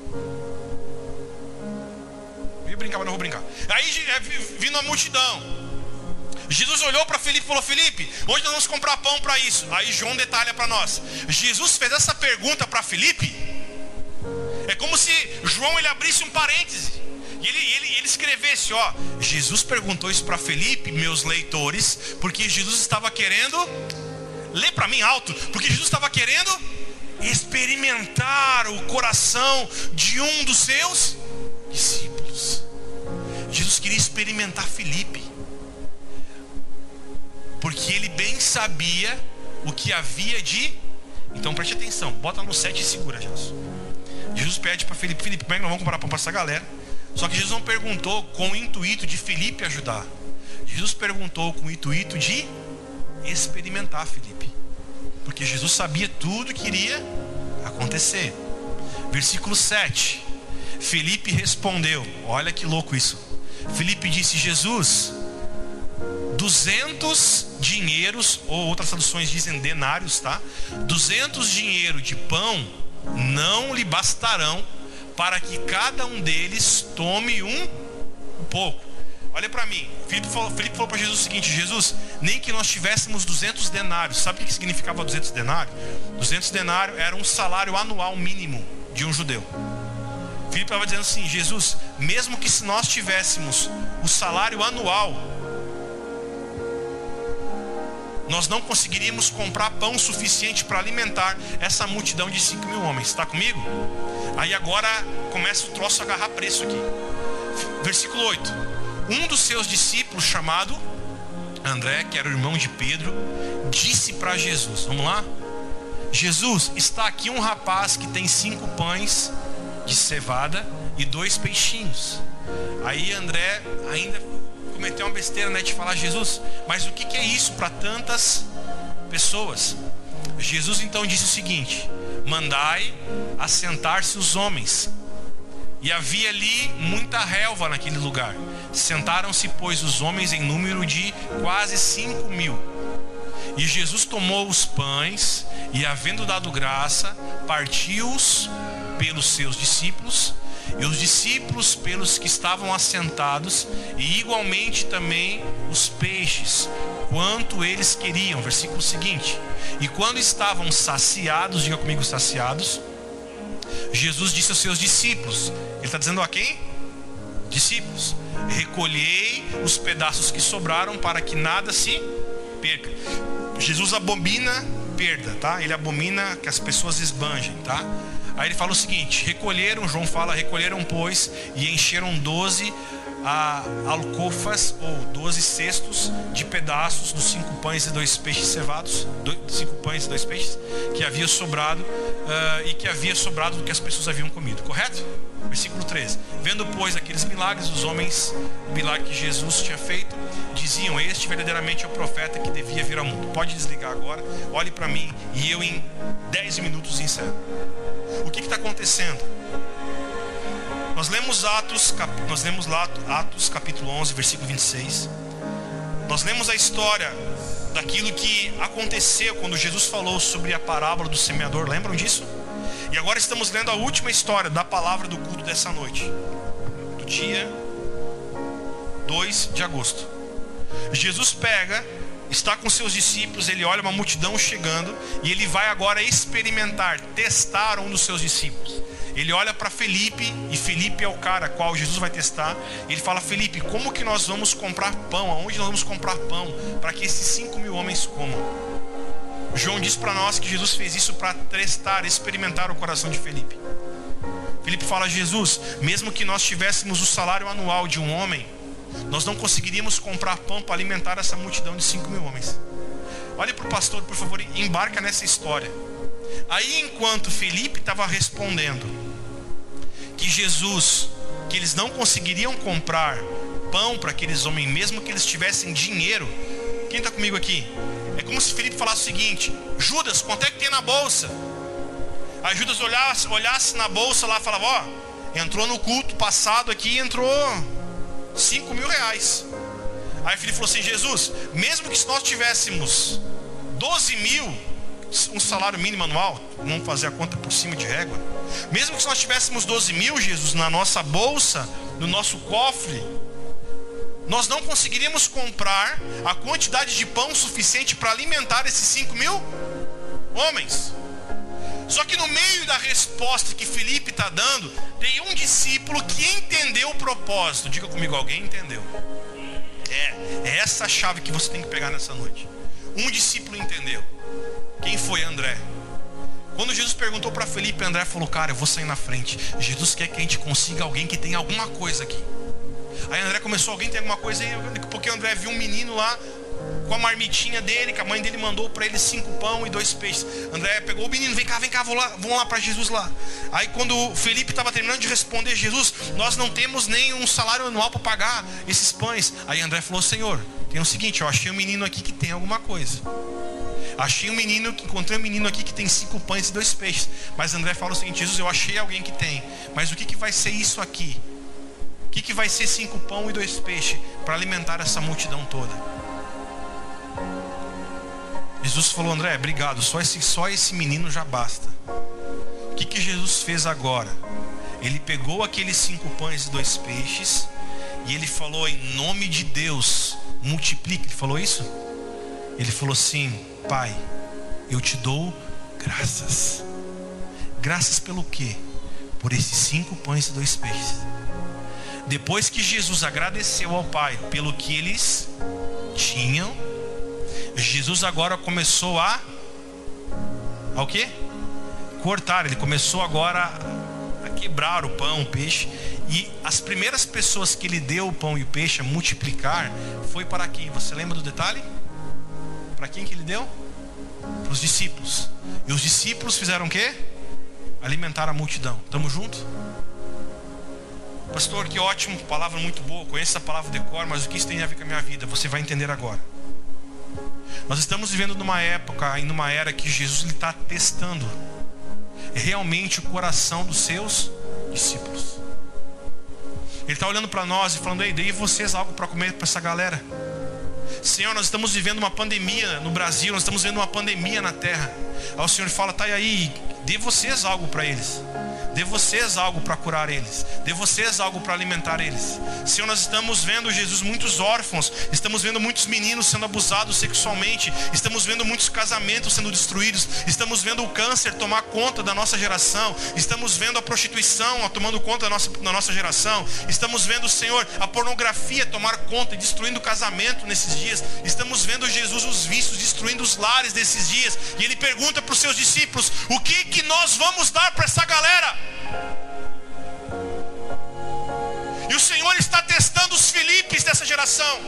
Eu ia brincar, mas não vou brincar. Aí vindo a multidão, Jesus olhou para Filipe e falou: Filipe, onde nós vamos comprar pão para isso? Aí João detalha para nós. Jesus fez essa pergunta para Filipe. É como se João ele abrisse um parêntese e ele, ele, ele escrevesse: ó, Jesus perguntou isso para Filipe, meus leitores, porque Jesus estava querendo, lê para mim alto, porque Jesus estava querendo experimentar o coração de um dos seus discípulos. Jesus queria experimentar Filipe, porque ele bem sabia o que havia de... Então preste atenção, bota no sete e segura, Jesus. Jesus pede para Filipe: Filipe, como é que nós vamos comprar pão para essa galera? Só que Jesus não perguntou com o intuito de Filipe ajudar. Jesus perguntou com o intuito de experimentar Filipe, porque Jesus sabia tudo que iria acontecer. Versículo sete. Filipe respondeu, olha que louco isso. Filipe disse: Jesus, duzentos dinheiros, ou outras traduções dizem denários, tá? duzentos dinheiro de pão não lhe bastarão para que cada um deles tome um, um pouco. Olha para mim, Filipe falou, Filipe falou para Jesus o seguinte: Jesus, nem que nós tivéssemos duzentos denários. Sabe o que significava duzentos denários? duzentos denários era um salário anual mínimo de um judeu. Filipe estava dizendo assim: Jesus, mesmo que se nós tivéssemos o salário anual, nós não conseguiríamos comprar pão suficiente para alimentar essa multidão de cinco mil homens. Está comigo? Aí agora começa o troço a agarrar preço aqui. Versículo oito. Um dos seus discípulos, chamado André, que era o irmão de Pedro, disse para Jesus, vamos lá? Jesus, está aqui um rapaz que tem cinco pães de cevada e dois peixinhos. Aí André ainda cometeu uma besteira, né, de falar: Jesus, mas o que, que é isso para tantas pessoas? Jesus então disse o seguinte: mandai assentar-se os homens. E havia ali muita relva naquele lugar. Sentaram-se, pois, os homens em número de quase cinco mil. E Jesus tomou os pães e, havendo dado graça, partiu-os pelos seus discípulos, e os discípulos pelos que estavam assentados, e igualmente também os peixes, quanto eles queriam. Versículo seguinte: e quando estavam saciados, diga comigo, saciados, Jesus disse aos seus discípulos, ele está dizendo a quem? Discípulos: recolhei os pedaços que sobraram, para que nada se perca. Jesus abomina perda, tá? Ele abomina que as pessoas esbanjem, tá? Aí ele fala o seguinte: recolheram, João fala, recolheram, pois, e encheram doze a alcofas, ou doze cestos de pedaços dos cinco pães e dois peixes cevados, dois, cinco pães e dois peixes que havia sobrado, uh, e que havia sobrado do que as pessoas haviam comido, correto? Versículo treze: vendo, pois, aqueles milagres, os homens, o milagre que Jesus tinha feito, diziam: este verdadeiramente é o profeta que devia vir ao mundo. Pode desligar agora, olhe para mim e eu em dez minutos encerro. O que está acontecendo? Nós lemos Atos, cap... nós lemos lá Atos capítulo onze, versículo vinte e seis. Nós lemos a história daquilo que aconteceu quando Jesus falou sobre a parábola do semeador. Lembram disso? E agora estamos lendo a última história da palavra do culto dessa noite, do dia dois de agosto. Jesus pega, está com seus discípulos, ele olha uma multidão chegando e ele vai agora experimentar, testar um dos seus discípulos. Ele olha para Felipe, e Felipe é o cara qual Jesus vai testar. Ele fala: Felipe, como que nós vamos comprar pão? Aonde nós vamos comprar pão para que esses cinco mil homens comam? João diz para nós que Jesus fez isso para testar, experimentar o coração de Felipe. Felipe fala: Jesus, mesmo que nós tivéssemos o salário anual de um homem, nós não conseguiríamos comprar pão para alimentar essa multidão de cinco mil homens. Olhe para o pastor, por favor, e embarca nessa história. Aí, enquanto Felipe estava respondendo que Jesus, que eles não conseguiriam comprar pão para aqueles homens, mesmo que eles tivessem dinheiro. Quem está comigo aqui? É como se Felipe falasse o seguinte: Judas, quanto é que tem na bolsa? Aí Judas olhasse, olhasse na bolsa lá e falava: ó, entrou no culto passado aqui, entrou cinco mil reais. Aí Felipe falou assim: Jesus, mesmo que se nós tivéssemos doze mil, um salário mínimo anual, vamos fazer a conta por cima de régua, mesmo que se nós tivéssemos doze mil, Jesus, na nossa bolsa, no nosso cofre, nós não conseguiríamos comprar a quantidade de pão suficiente para alimentar esses cinco mil homens. Só que no meio da resposta que Felipe está dando, tem um discípulo que entendeu o propósito. Diga comigo, alguém entendeu? É, é essa a chave que você tem que pegar nessa noite. Um discípulo entendeu. Quem foi? André. Quando Jesus perguntou para Felipe, André falou: cara, eu vou sair na frente. Jesus quer que a gente consiga alguém que tem alguma coisa aqui. Aí André começou: alguém tem alguma coisa aí? Porque André viu um menino lá com a marmitinha dele, que a mãe dele mandou para ele cinco pão e dois peixes. André pegou o menino: vem cá, vem cá, vamos lá, vamos lá para Jesus lá. Aí quando o Felipe estava terminando de responder: Jesus, nós não temos nem um salário anual para pagar esses pães. Aí André falou: Senhor, tem o seguinte, eu achei um menino aqui que tem alguma coisa. Achei um menino, encontrei um menino aqui que tem cinco pães e dois peixes. Mas André fala o seguinte: Jesus, eu achei alguém que tem, mas o que, que vai ser isso aqui? O que, que vai ser cinco pão e dois peixes para alimentar essa multidão toda? Jesus falou: André, obrigado, só esse, só esse menino já basta. O que, que Jesus fez agora? Ele pegou aqueles cinco pães e dois peixes e ele falou: em nome de Deus, multiplique. Ele falou isso? Ele falou assim: Pai, eu te dou graças. Graças pelo quê? Por esses cinco pães e dois peixes. Depois que Jesus agradeceu ao Pai pelo que eles tinham, Jesus agora começou a ao quê? Cortar. Ele começou agora a quebrar o pão, o peixe. E as primeiras pessoas que ele deu o pão e o peixe a multiplicar foi para quem? Você lembra do detalhe? Para quem que ele deu? Para os discípulos. E os discípulos fizeram o quê? Alimentar a multidão. Estamos juntos? Pastor, que ótimo, palavra muito boa, conheço essa palavra de cor, mas o que isso tem a ver com a minha vida? Você vai entender agora. Nós estamos vivendo numa época e numa era que Jesus está testando realmente o coração dos seus discípulos. Ele está olhando para nós e falando: ei, dei vocês algo para comer para essa galera. Senhor, nós estamos vivendo uma pandemia no Brasil, nós estamos vivendo uma pandemia na terra. Aí o Senhor fala: tá aí, dê vocês algo para eles. Dê vocês algo para curar eles. Dê vocês algo para alimentar eles. Senhor, nós estamos vendo, Jesus, muitos órfãos. Estamos vendo muitos meninos sendo abusados sexualmente. Estamos vendo muitos casamentos sendo destruídos. Estamos vendo o câncer tomar conta da nossa geração. Estamos vendo a prostituição tomando conta da nossa, da nossa geração. Estamos vendo, Senhor, a pornografia tomar conta e destruindo o casamento nesses dias. Estamos vendo, Jesus, os vícios destruindo os lares desses dias. E Ele pergunta para os seus discípulos: o que, que nós vamos dar para essa galera? E o Senhor está testando os Filipes dessa geração.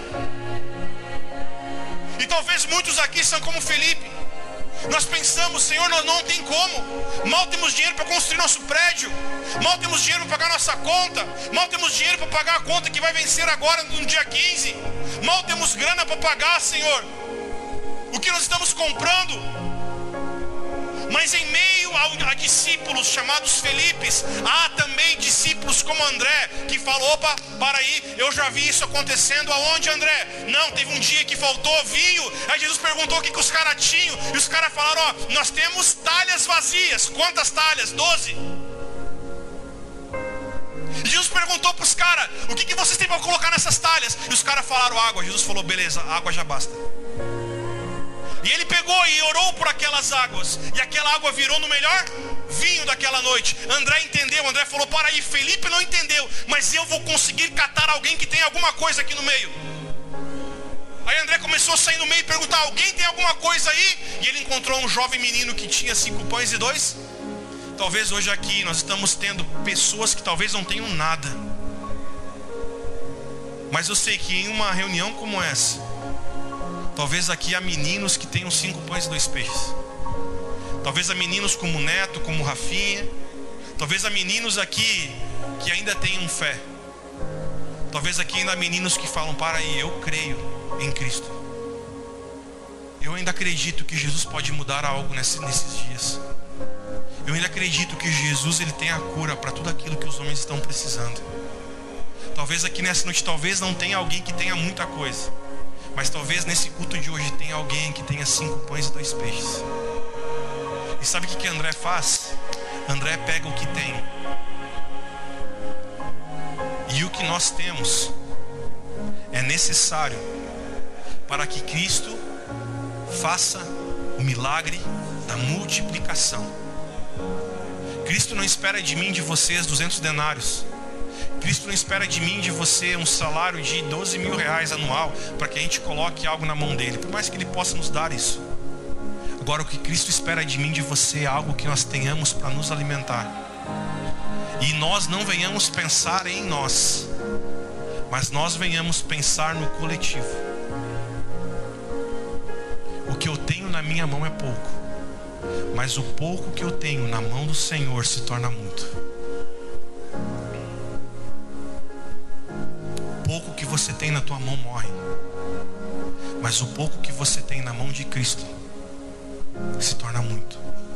E talvez muitos aqui são como Felipe. Nós pensamos: Senhor, nós não tem como. Mal temos dinheiro para construir nosso prédio. Mal temos dinheiro para pagar nossa conta. Mal temos dinheiro para pagar a conta que vai vencer agora no dia quinze. Mal temos grana para pagar, Senhor, o que nós estamos comprando. Mas em meio a, a discípulos chamados Felipes, há também discípulos como André, que falou: opa, para aí, eu já vi isso acontecendo. Aonde, André? Não, teve um dia que faltou vinho. Aí Jesus perguntou o que, que os caras tinham. E os caras falaram: ó, nós temos talhas vazias. Quantas talhas? Doze. E Jesus perguntou para os caras: o que, que vocês têm para colocar nessas talhas? E os caras falaram: água. Jesus falou: beleza, água já basta. E ele pegou e orou por aquelas águas. E aquela água virou no melhor vinho daquela noite. André entendeu. André falou: para aí, Felipe não entendeu, mas eu vou conseguir catar alguém que tem alguma coisa aqui no meio. Aí André começou a sair no meio e perguntar: alguém tem alguma coisa aí? E ele encontrou um jovem menino que tinha cinco pães e dois. Talvez hoje aqui nós estamos tendo pessoas que talvez não tenham nada. Mas eu sei que em uma reunião como essa, talvez aqui há meninos que tenham cinco pães e dois peixes. Talvez há meninos como o Neto, como o Rafinha. Talvez há meninos aqui que ainda tenham fé. Talvez aqui ainda há meninos que falam: para aí, eu creio em Cristo. Eu ainda acredito que Jesus pode mudar algo nesses, nesses dias. Eu ainda acredito que Jesus, Ele tem a cura para tudo aquilo que os homens estão precisando. Talvez aqui nessa noite, talvez não tenha alguém que tenha muita coisa, mas talvez nesse culto de hoje tenha alguém que tenha cinco pães e dois peixes. E sabe o que que André faz? André pega o que tem. E o que nós temos é necessário para que Cristo faça o milagre da multiplicação. Cristo não espera de mim, de vocês, duzentos denários. Cristo não espera de mim, de você, um salário de doze mil reais anual para que a gente coloque algo na mão dele, por mais que ele possa nos dar isso. Agora, o que Cristo espera de mim, de você, é algo que nós tenhamos para nos alimentar. E nós não venhamos pensar em nós, mas nós venhamos pensar no coletivo. O que eu tenho na minha mão é pouco, mas o pouco que eu tenho na mão do Senhor se torna muito. O pouco que você tem na tua mão morre, mas o pouco que você tem na mão de Cristo se torna muito.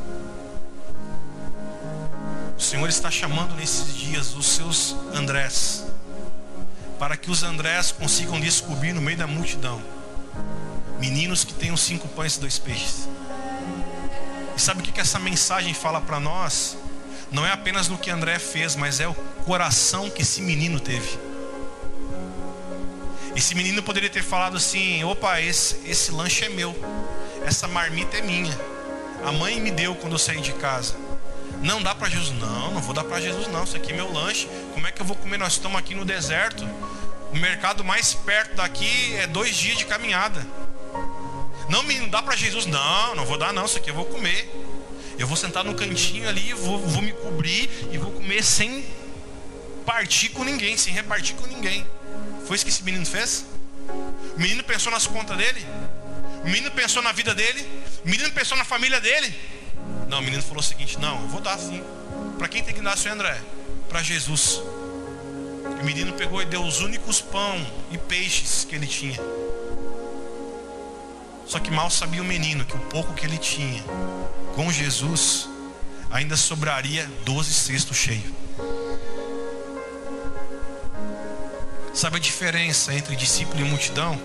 O Senhor está chamando nesses dias os seus Andrés, para que os Andrés consigam descobrir no meio da multidão meninos que tenham cinco pães e dois peixes. E sabe o que que essa mensagem fala para nós? Não é apenas no que André fez, mas é o coração que esse menino teve. Esse menino poderia ter falado assim: opa, esse, esse lanche é meu, essa marmita é minha, a mãe me deu quando eu saí de casa. Não dá para Jesus. Não, não vou dar para Jesus não, isso aqui é meu lanche. Como é que eu vou comer? Nós estamos aqui no deserto. O mercado mais perto daqui é dois dias de caminhada. Não me dá para Jesus. Não, não vou dar não, isso aqui eu vou comer. Eu vou sentar no cantinho ali, vou, vou me cobrir e vou comer sem partir com ninguém, sem repartir com ninguém. Foi isso que esse menino fez? O menino pensou nas contas dele? O menino pensou na vida dele? O menino pensou na família dele? Não, o menino falou o seguinte: não, eu vou dar sim. Para quem tem que dar, senhor André? Para Jesus. O menino pegou e deu os únicos pão e peixes que ele tinha. Só que mal sabia o menino que o pouco que ele tinha com Jesus ainda sobraria doze cestos cheios. Sabe a diferença entre discípulo e multidão?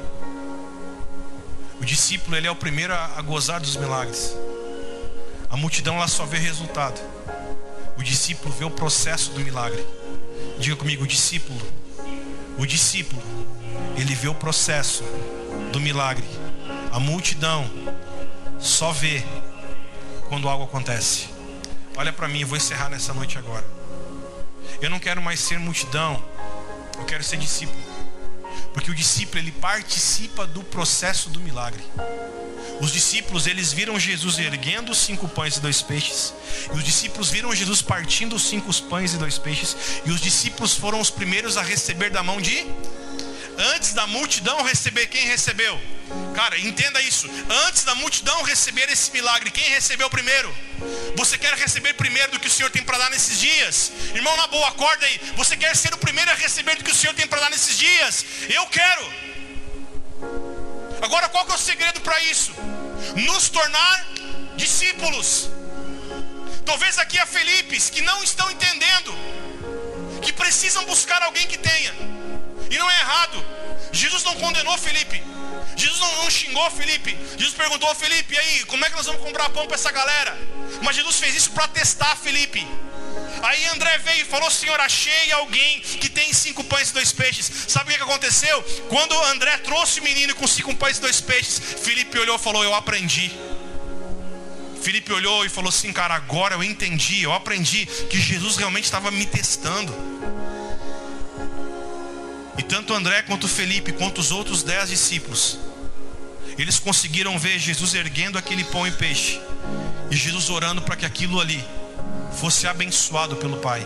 O discípulo, ele é o primeiro a gozar dos milagres. A multidão, ela só vê resultado. O discípulo vê o processo do milagre. Diga comigo, o discípulo. O discípulo, ele vê o processo do milagre. A multidão só vê quando algo acontece. Olha para mim, eu vou encerrar nessa noite agora. Eu não quero mais ser multidão, eu quero ser discípulo. Porque o discípulo, ele participa do processo do milagre. Os discípulos, eles viram Jesus erguendo os cinco pães e dois peixes. E os discípulos viram Jesus partindo os cinco pães e dois peixes. E os discípulos foram os primeiros a receber da mão de... Antes da multidão receber, quem recebeu? Cara, entenda isso. Antes da multidão receber esse milagre, quem recebeu primeiro? Você quer receber primeiro do que o Senhor tem para dar nesses dias? Irmão, na boa, acorda aí. Você quer ser o primeiro a receber do que o Senhor tem para dar nesses dias? Eu quero. Agora, qual que é o segredo para isso? Nos tornar discípulos. Talvez aqui há Felipes que não estão entendendo, que precisam buscar alguém que tenha. E não é errado. Jesus não condenou Felipe. Jesus não, não xingou Felipe. Jesus perguntou a Felipe, e aí, como é que nós vamos comprar pão para essa galera? Mas Jesus fez isso para testar Felipe. Aí André veio e falou, Senhor, achei alguém que tem cinco pães e dois peixes. Sabe o que aconteceu? Quando André trouxe o menino com cinco pães e dois peixes, Felipe olhou e falou, eu aprendi. Felipe olhou e falou assim, cara, agora eu entendi. Eu aprendi que Jesus realmente estava me testando. E tanto André quanto Felipe, quanto os outros dez discípulos, eles conseguiram ver Jesus erguendo aquele pão e peixe, e Jesus orando para que aquilo ali fosse abençoado pelo Pai.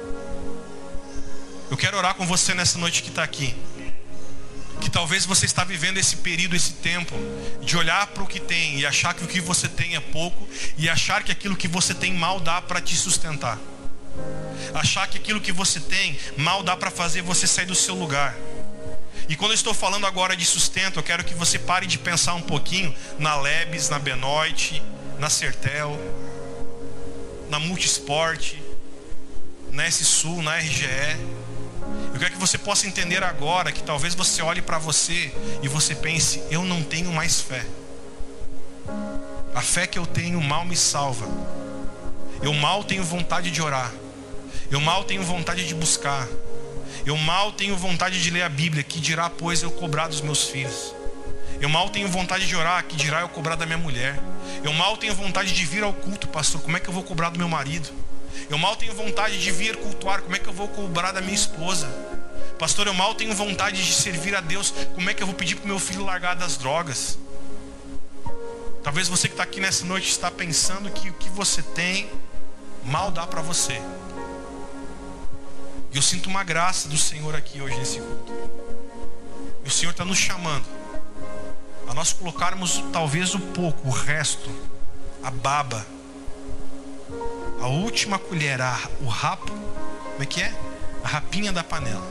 Eu quero orar com você nessa noite que está aqui, que talvez você está vivendo esse período, esse tempo, de olhar para o que tem e achar que o que você tem é pouco, e achar que aquilo que você tem mal dá para te sustentar. Achar que aquilo que você tem mal dá para fazer você sair do seu lugar. E quando eu estou falando agora de sustento, eu quero que você pare de pensar um pouquinho na Lebes, na Benoit, na Sertel, na Multisport, na S-Sul, na R G E. Eu quero que você possa entender agora que talvez você olhe para você e você pense, eu não tenho mais fé. A fé que eu tenho mal me salva. Eu mal tenho vontade de orar. Eu mal tenho vontade de buscar. Eu mal tenho vontade de ler a Bíblia, que dirá, pois, eu cobrar dos meus filhos. Eu mal tenho vontade de orar, que dirá eu cobrar da minha mulher. Eu mal tenho vontade de vir ao culto, pastor, como é que eu vou cobrar do meu marido? Eu mal tenho vontade de vir cultuar, como é que eu vou cobrar da minha esposa? Pastor, eu mal tenho vontade de servir a Deus, como é que eu vou pedir para o meu filho largar das drogas? Talvez você que está aqui nessa noite está pensando que o que você tem mal dá para você. E eu sinto uma graça do Senhor aqui hoje nesse culto. E o Senhor está nos chamando a nós colocarmos talvez o pouco, o resto, a baba, a última colher, a, o rapo, como é que é? A rapinha da panela.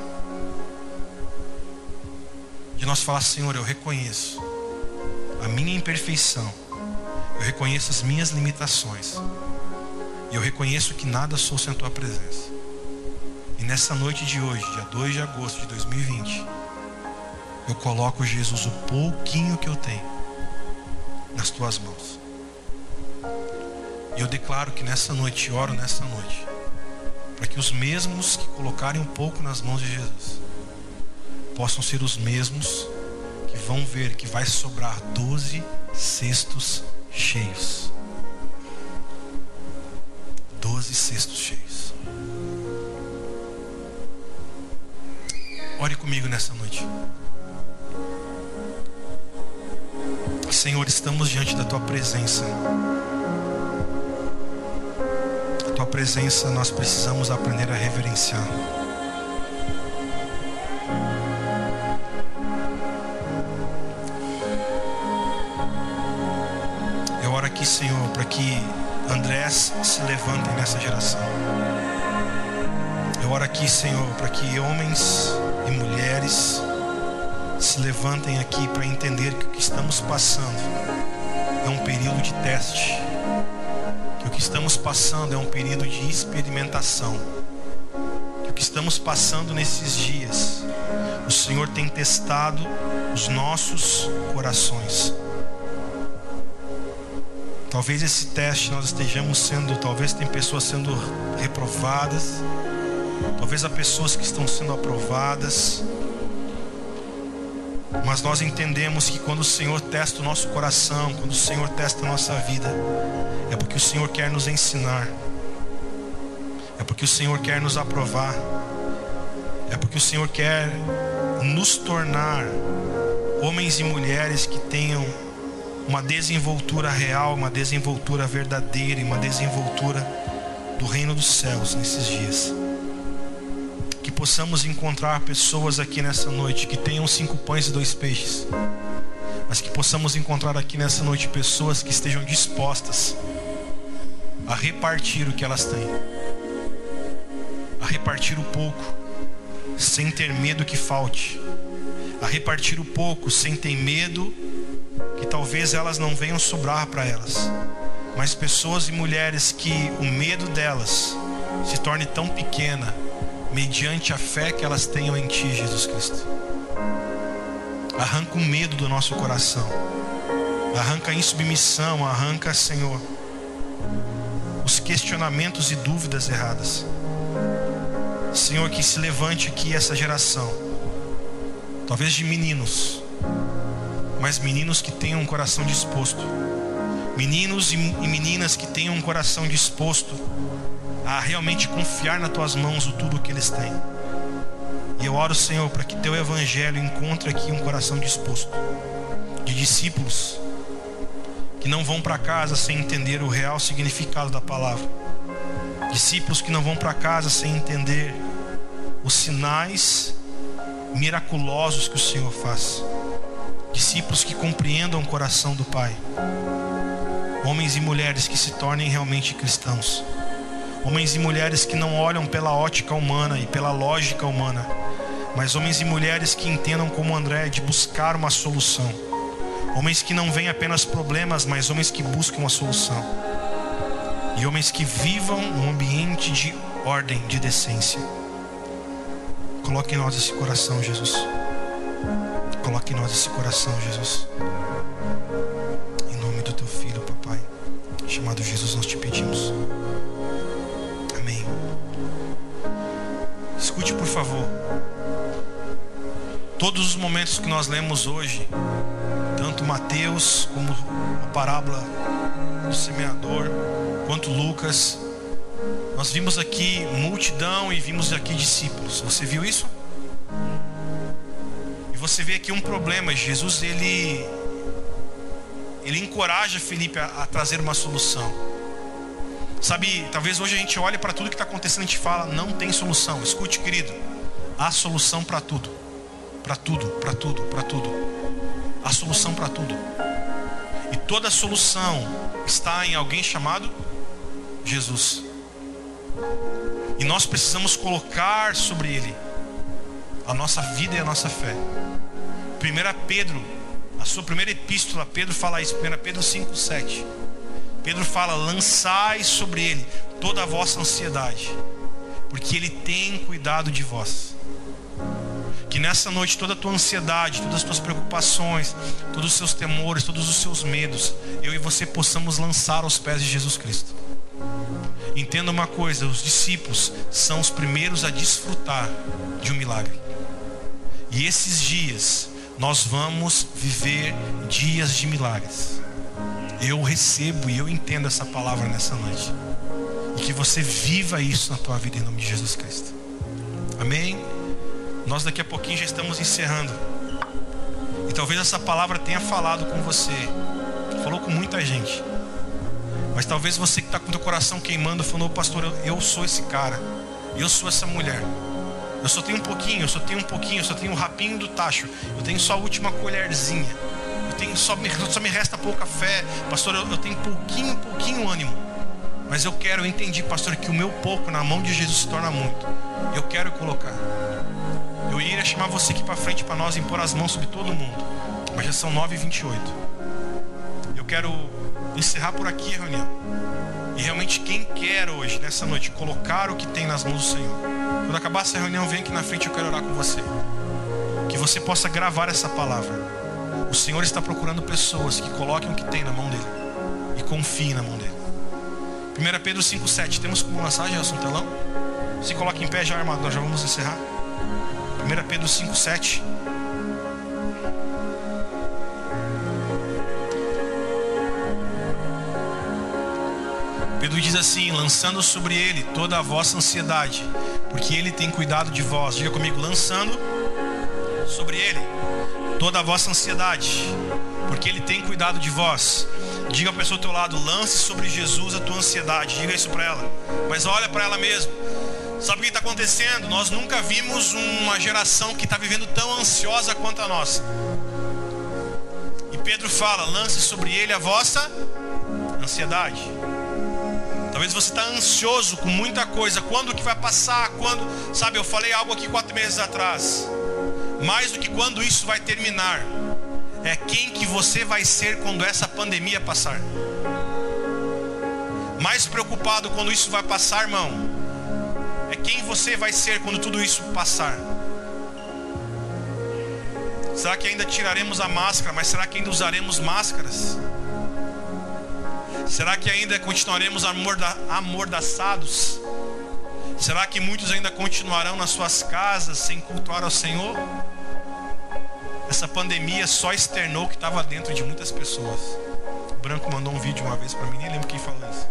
De nós falar, Senhor, eu reconheço a minha imperfeição, eu reconheço as minhas limitações, e eu reconheço que nada sou sem a Tua presença. E nessa noite de hoje, dia dois de agosto de dois mil e vinte, eu coloco, Jesus, o pouquinho que eu tenho nas Tuas mãos. E eu declaro que nessa noite, oro nessa noite, para que os mesmos que colocarem um pouco nas mãos de Jesus possam ser os mesmos que vão ver que vai sobrar doze cestos cheios. Doze cestos cheios. Ore comigo nessa noite. Senhor, estamos diante da Tua presença. A Tua presença nós precisamos aprender a reverenciar. Eu oro aqui, Senhor, para que Andrés se levantem nessa geração. Eu Eu oro aqui, Senhor, para que homens e mulheres se levantem aqui para entender que o que estamos passando é um período de teste, que o que estamos passando é um período de experimentação, que o que estamos passando nesses dias, o Senhor tem testado os nossos corações. Talvez esse teste nós estejamos sendo, talvez tem pessoas sendo reprovadas, talvez há pessoas que estão sendo aprovadas, mas nós entendemos que quando o Senhor testa o nosso coração, quando o Senhor testa a nossa vida, é porque o Senhor quer nos ensinar, é porque o Senhor quer nos aprovar, é porque o Senhor quer nos tornar homens e mulheres que tenham uma desenvoltura real, uma desenvoltura verdadeira e uma desenvoltura do reino dos céus nesses dias. Que possamos encontrar pessoas aqui nessa noite que tenham cinco pães e dois peixes, mas que possamos encontrar aqui nessa noite pessoas que estejam dispostas a repartir o que elas têm, a repartir o pouco sem ter medo que falte, a repartir o pouco sem ter medo que talvez elas não venham sobrar para elas, mas pessoas e mulheres que o medo delas se torne tão pequena mediante a fé que elas tenham em Ti, Jesus Cristo. Arranca o medo do nosso coração, arranca a insubmissão, arranca, Senhor, os questionamentos e dúvidas erradas. Senhor, que se levante aqui essa geração, talvez de meninos, mas meninos que tenham um coração disposto, meninos e meninas que tenham um coração disposto a realmente confiar nas Tuas mãos o tudo que eles têm. E eu oro, Senhor, para que Teu Evangelho encontre aqui um coração disposto, de discípulos que não vão para casa sem entender o real significado da palavra, discípulos que não vão para casa sem entender os sinais miraculosos que o Senhor faz, discípulos que compreendam o coração do Pai, homens e mulheres que se tornem realmente cristãos, homens e mulheres que não olham pela ótica humana e pela lógica humana, mas homens e mulheres que entendam como André de buscar uma solução, homens que não veem apenas problemas, mas homens que buscam uma solução, e homens que vivam um ambiente de ordem, de decência. Coloque em nós esse coração, Jesus. Coloque em nós esse coração, Jesus. Em nome do Teu Filho, Papai, chamado Jesus, nós te pedimos. Amém. Escute, por favor. Todos os momentos que nós lemos hoje, tanto Mateus como a parábola do semeador, quanto Lucas, nós vimos aqui multidão e vimos aqui discípulos. Você viu isso? E você vê aqui um problema. Jesus, ele ele encoraja Felipe a, a trazer uma solução. Sabe, talvez hoje a gente olhe para tudo que está acontecendo e a gente fala, não tem solução. Escute, querido, há solução para tudo. Para tudo, para tudo, para tudo. Há solução para tudo. E toda a solução está em alguém chamado Jesus. E nós precisamos colocar sobre Ele a nossa vida e a nossa fé. primeira Pedro, a sua primeira epístola, Pedro fala isso, primeira Pedro cinco, sete. Pedro fala, lançai sobre Ele toda a vossa ansiedade, porque Ele tem cuidado de vós. Que nessa noite toda a tua ansiedade, todas as tuas preocupações, todos os seus temores, todos os seus medos, eu e você possamos lançar aos pés de Jesus Cristo. Entenda uma coisa, os discípulos são os primeiros a desfrutar de um milagre. E esses dias nós vamos viver dias de milagres. Eu recebo e eu entendo essa palavra nessa noite. E que você viva isso na tua vida em nome de Jesus Cristo. Amém? Nós daqui a pouquinho já estamos encerrando. E talvez essa palavra tenha falado com você. Falou com muita gente. Mas talvez você que está com o teu coração queimando, falou, pastor, eu, eu sou esse cara, eu sou essa mulher, eu só tenho um pouquinho, eu só tenho um pouquinho, eu só tenho um rapinho do tacho, eu tenho só a última colherzinha, eu tenho só, só me resta pouca fé, pastor, eu, eu tenho pouquinho, pouquinho ânimo. Mas eu quero, eu entendi, pastor, que o meu pouco na mão de Jesus se torna muito. Eu quero colocar. Eu iria chamar você aqui para frente para nós impor as mãos sobre todo mundo. Mas já são nove e vinte e oito. Eu quero encerrar por aqui a reunião. E realmente quem quer hoje, nessa noite, colocar o que tem nas mãos do Senhor. Quando acabar essa reunião, vem aqui na frente, eu quero orar com você. Que você possa gravar essa palavra. O Senhor está procurando pessoas que coloquem o que tem na mão dele. E confiem na mão dele. primeira Pedro cinco, sete. Temos como lançar, Gelson, no telão? Se coloca em pé já, armado, nós já vamos encerrar. primeira Pedro cinco, sete. Pedro diz assim: lançando sobre ele toda a vossa ansiedade, porque ele tem cuidado de vós. Diga comigo: lançando sobre ele toda a vossa ansiedade, porque ele tem cuidado de vós. Diga a pessoa ao teu lado: lance sobre Jesus a tua ansiedade. Diga isso para ela, mas olha para ela mesmo. Sabe o que está acontecendo? Nós nunca vimos uma geração que está vivendo tão ansiosa quanto a nossa. E Pedro fala: lance sobre ele a vossa ansiedade. Talvez você está ansioso com muita coisa. Quando que vai passar? Quando? Sabe, eu falei algo aqui quatro meses atrás. Mais do que quando isso vai terminar, é quem que você vai ser quando essa pandemia passar. Mais preocupado quando isso vai passar, irmão, é quem você vai ser quando tudo isso passar. Será que ainda tiraremos a máscara? Mas será que ainda usaremos máscaras? Será que ainda continuaremos amorda- amordaçados? Será que muitos ainda continuarão nas suas casas sem cultuar ao Senhor? Essa pandemia só externou o que estava dentro de muitas pessoas. O Branco mandou um vídeo uma vez para mim, nem lembro quem falou isso.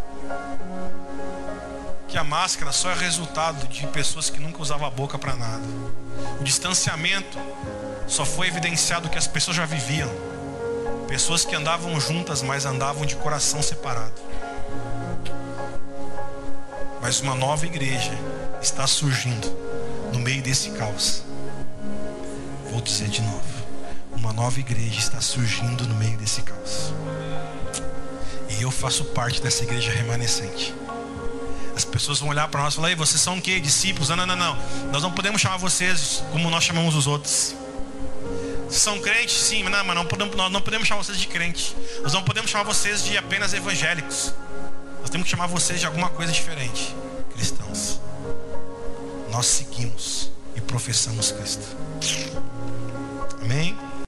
Que a máscara só é resultado de pessoas que nunca usavam a boca para nada. O distanciamento só foi evidenciado que as pessoas já viviam. Pessoas que andavam juntas, mas andavam de coração separado. Mas uma nova igreja está surgindo no meio desse caos. Vou dizer de novo: uma nova igreja está surgindo no meio desse caos. E eu faço parte dessa igreja remanescente. As pessoas vão olhar para nós e falar: ei, vocês são o quê? Discípulos? Não, não, não, não. Nós não podemos chamar vocês como nós chamamos os outros. Vocês são crentes? Sim, mas não, mas não podemos, nós não podemos chamar vocês de crente. Nós não podemos chamar vocês de apenas evangélicos. Nós temos que chamar vocês de alguma coisa diferente. Cristãos. Nós seguimos e professamos Cristo. Amém?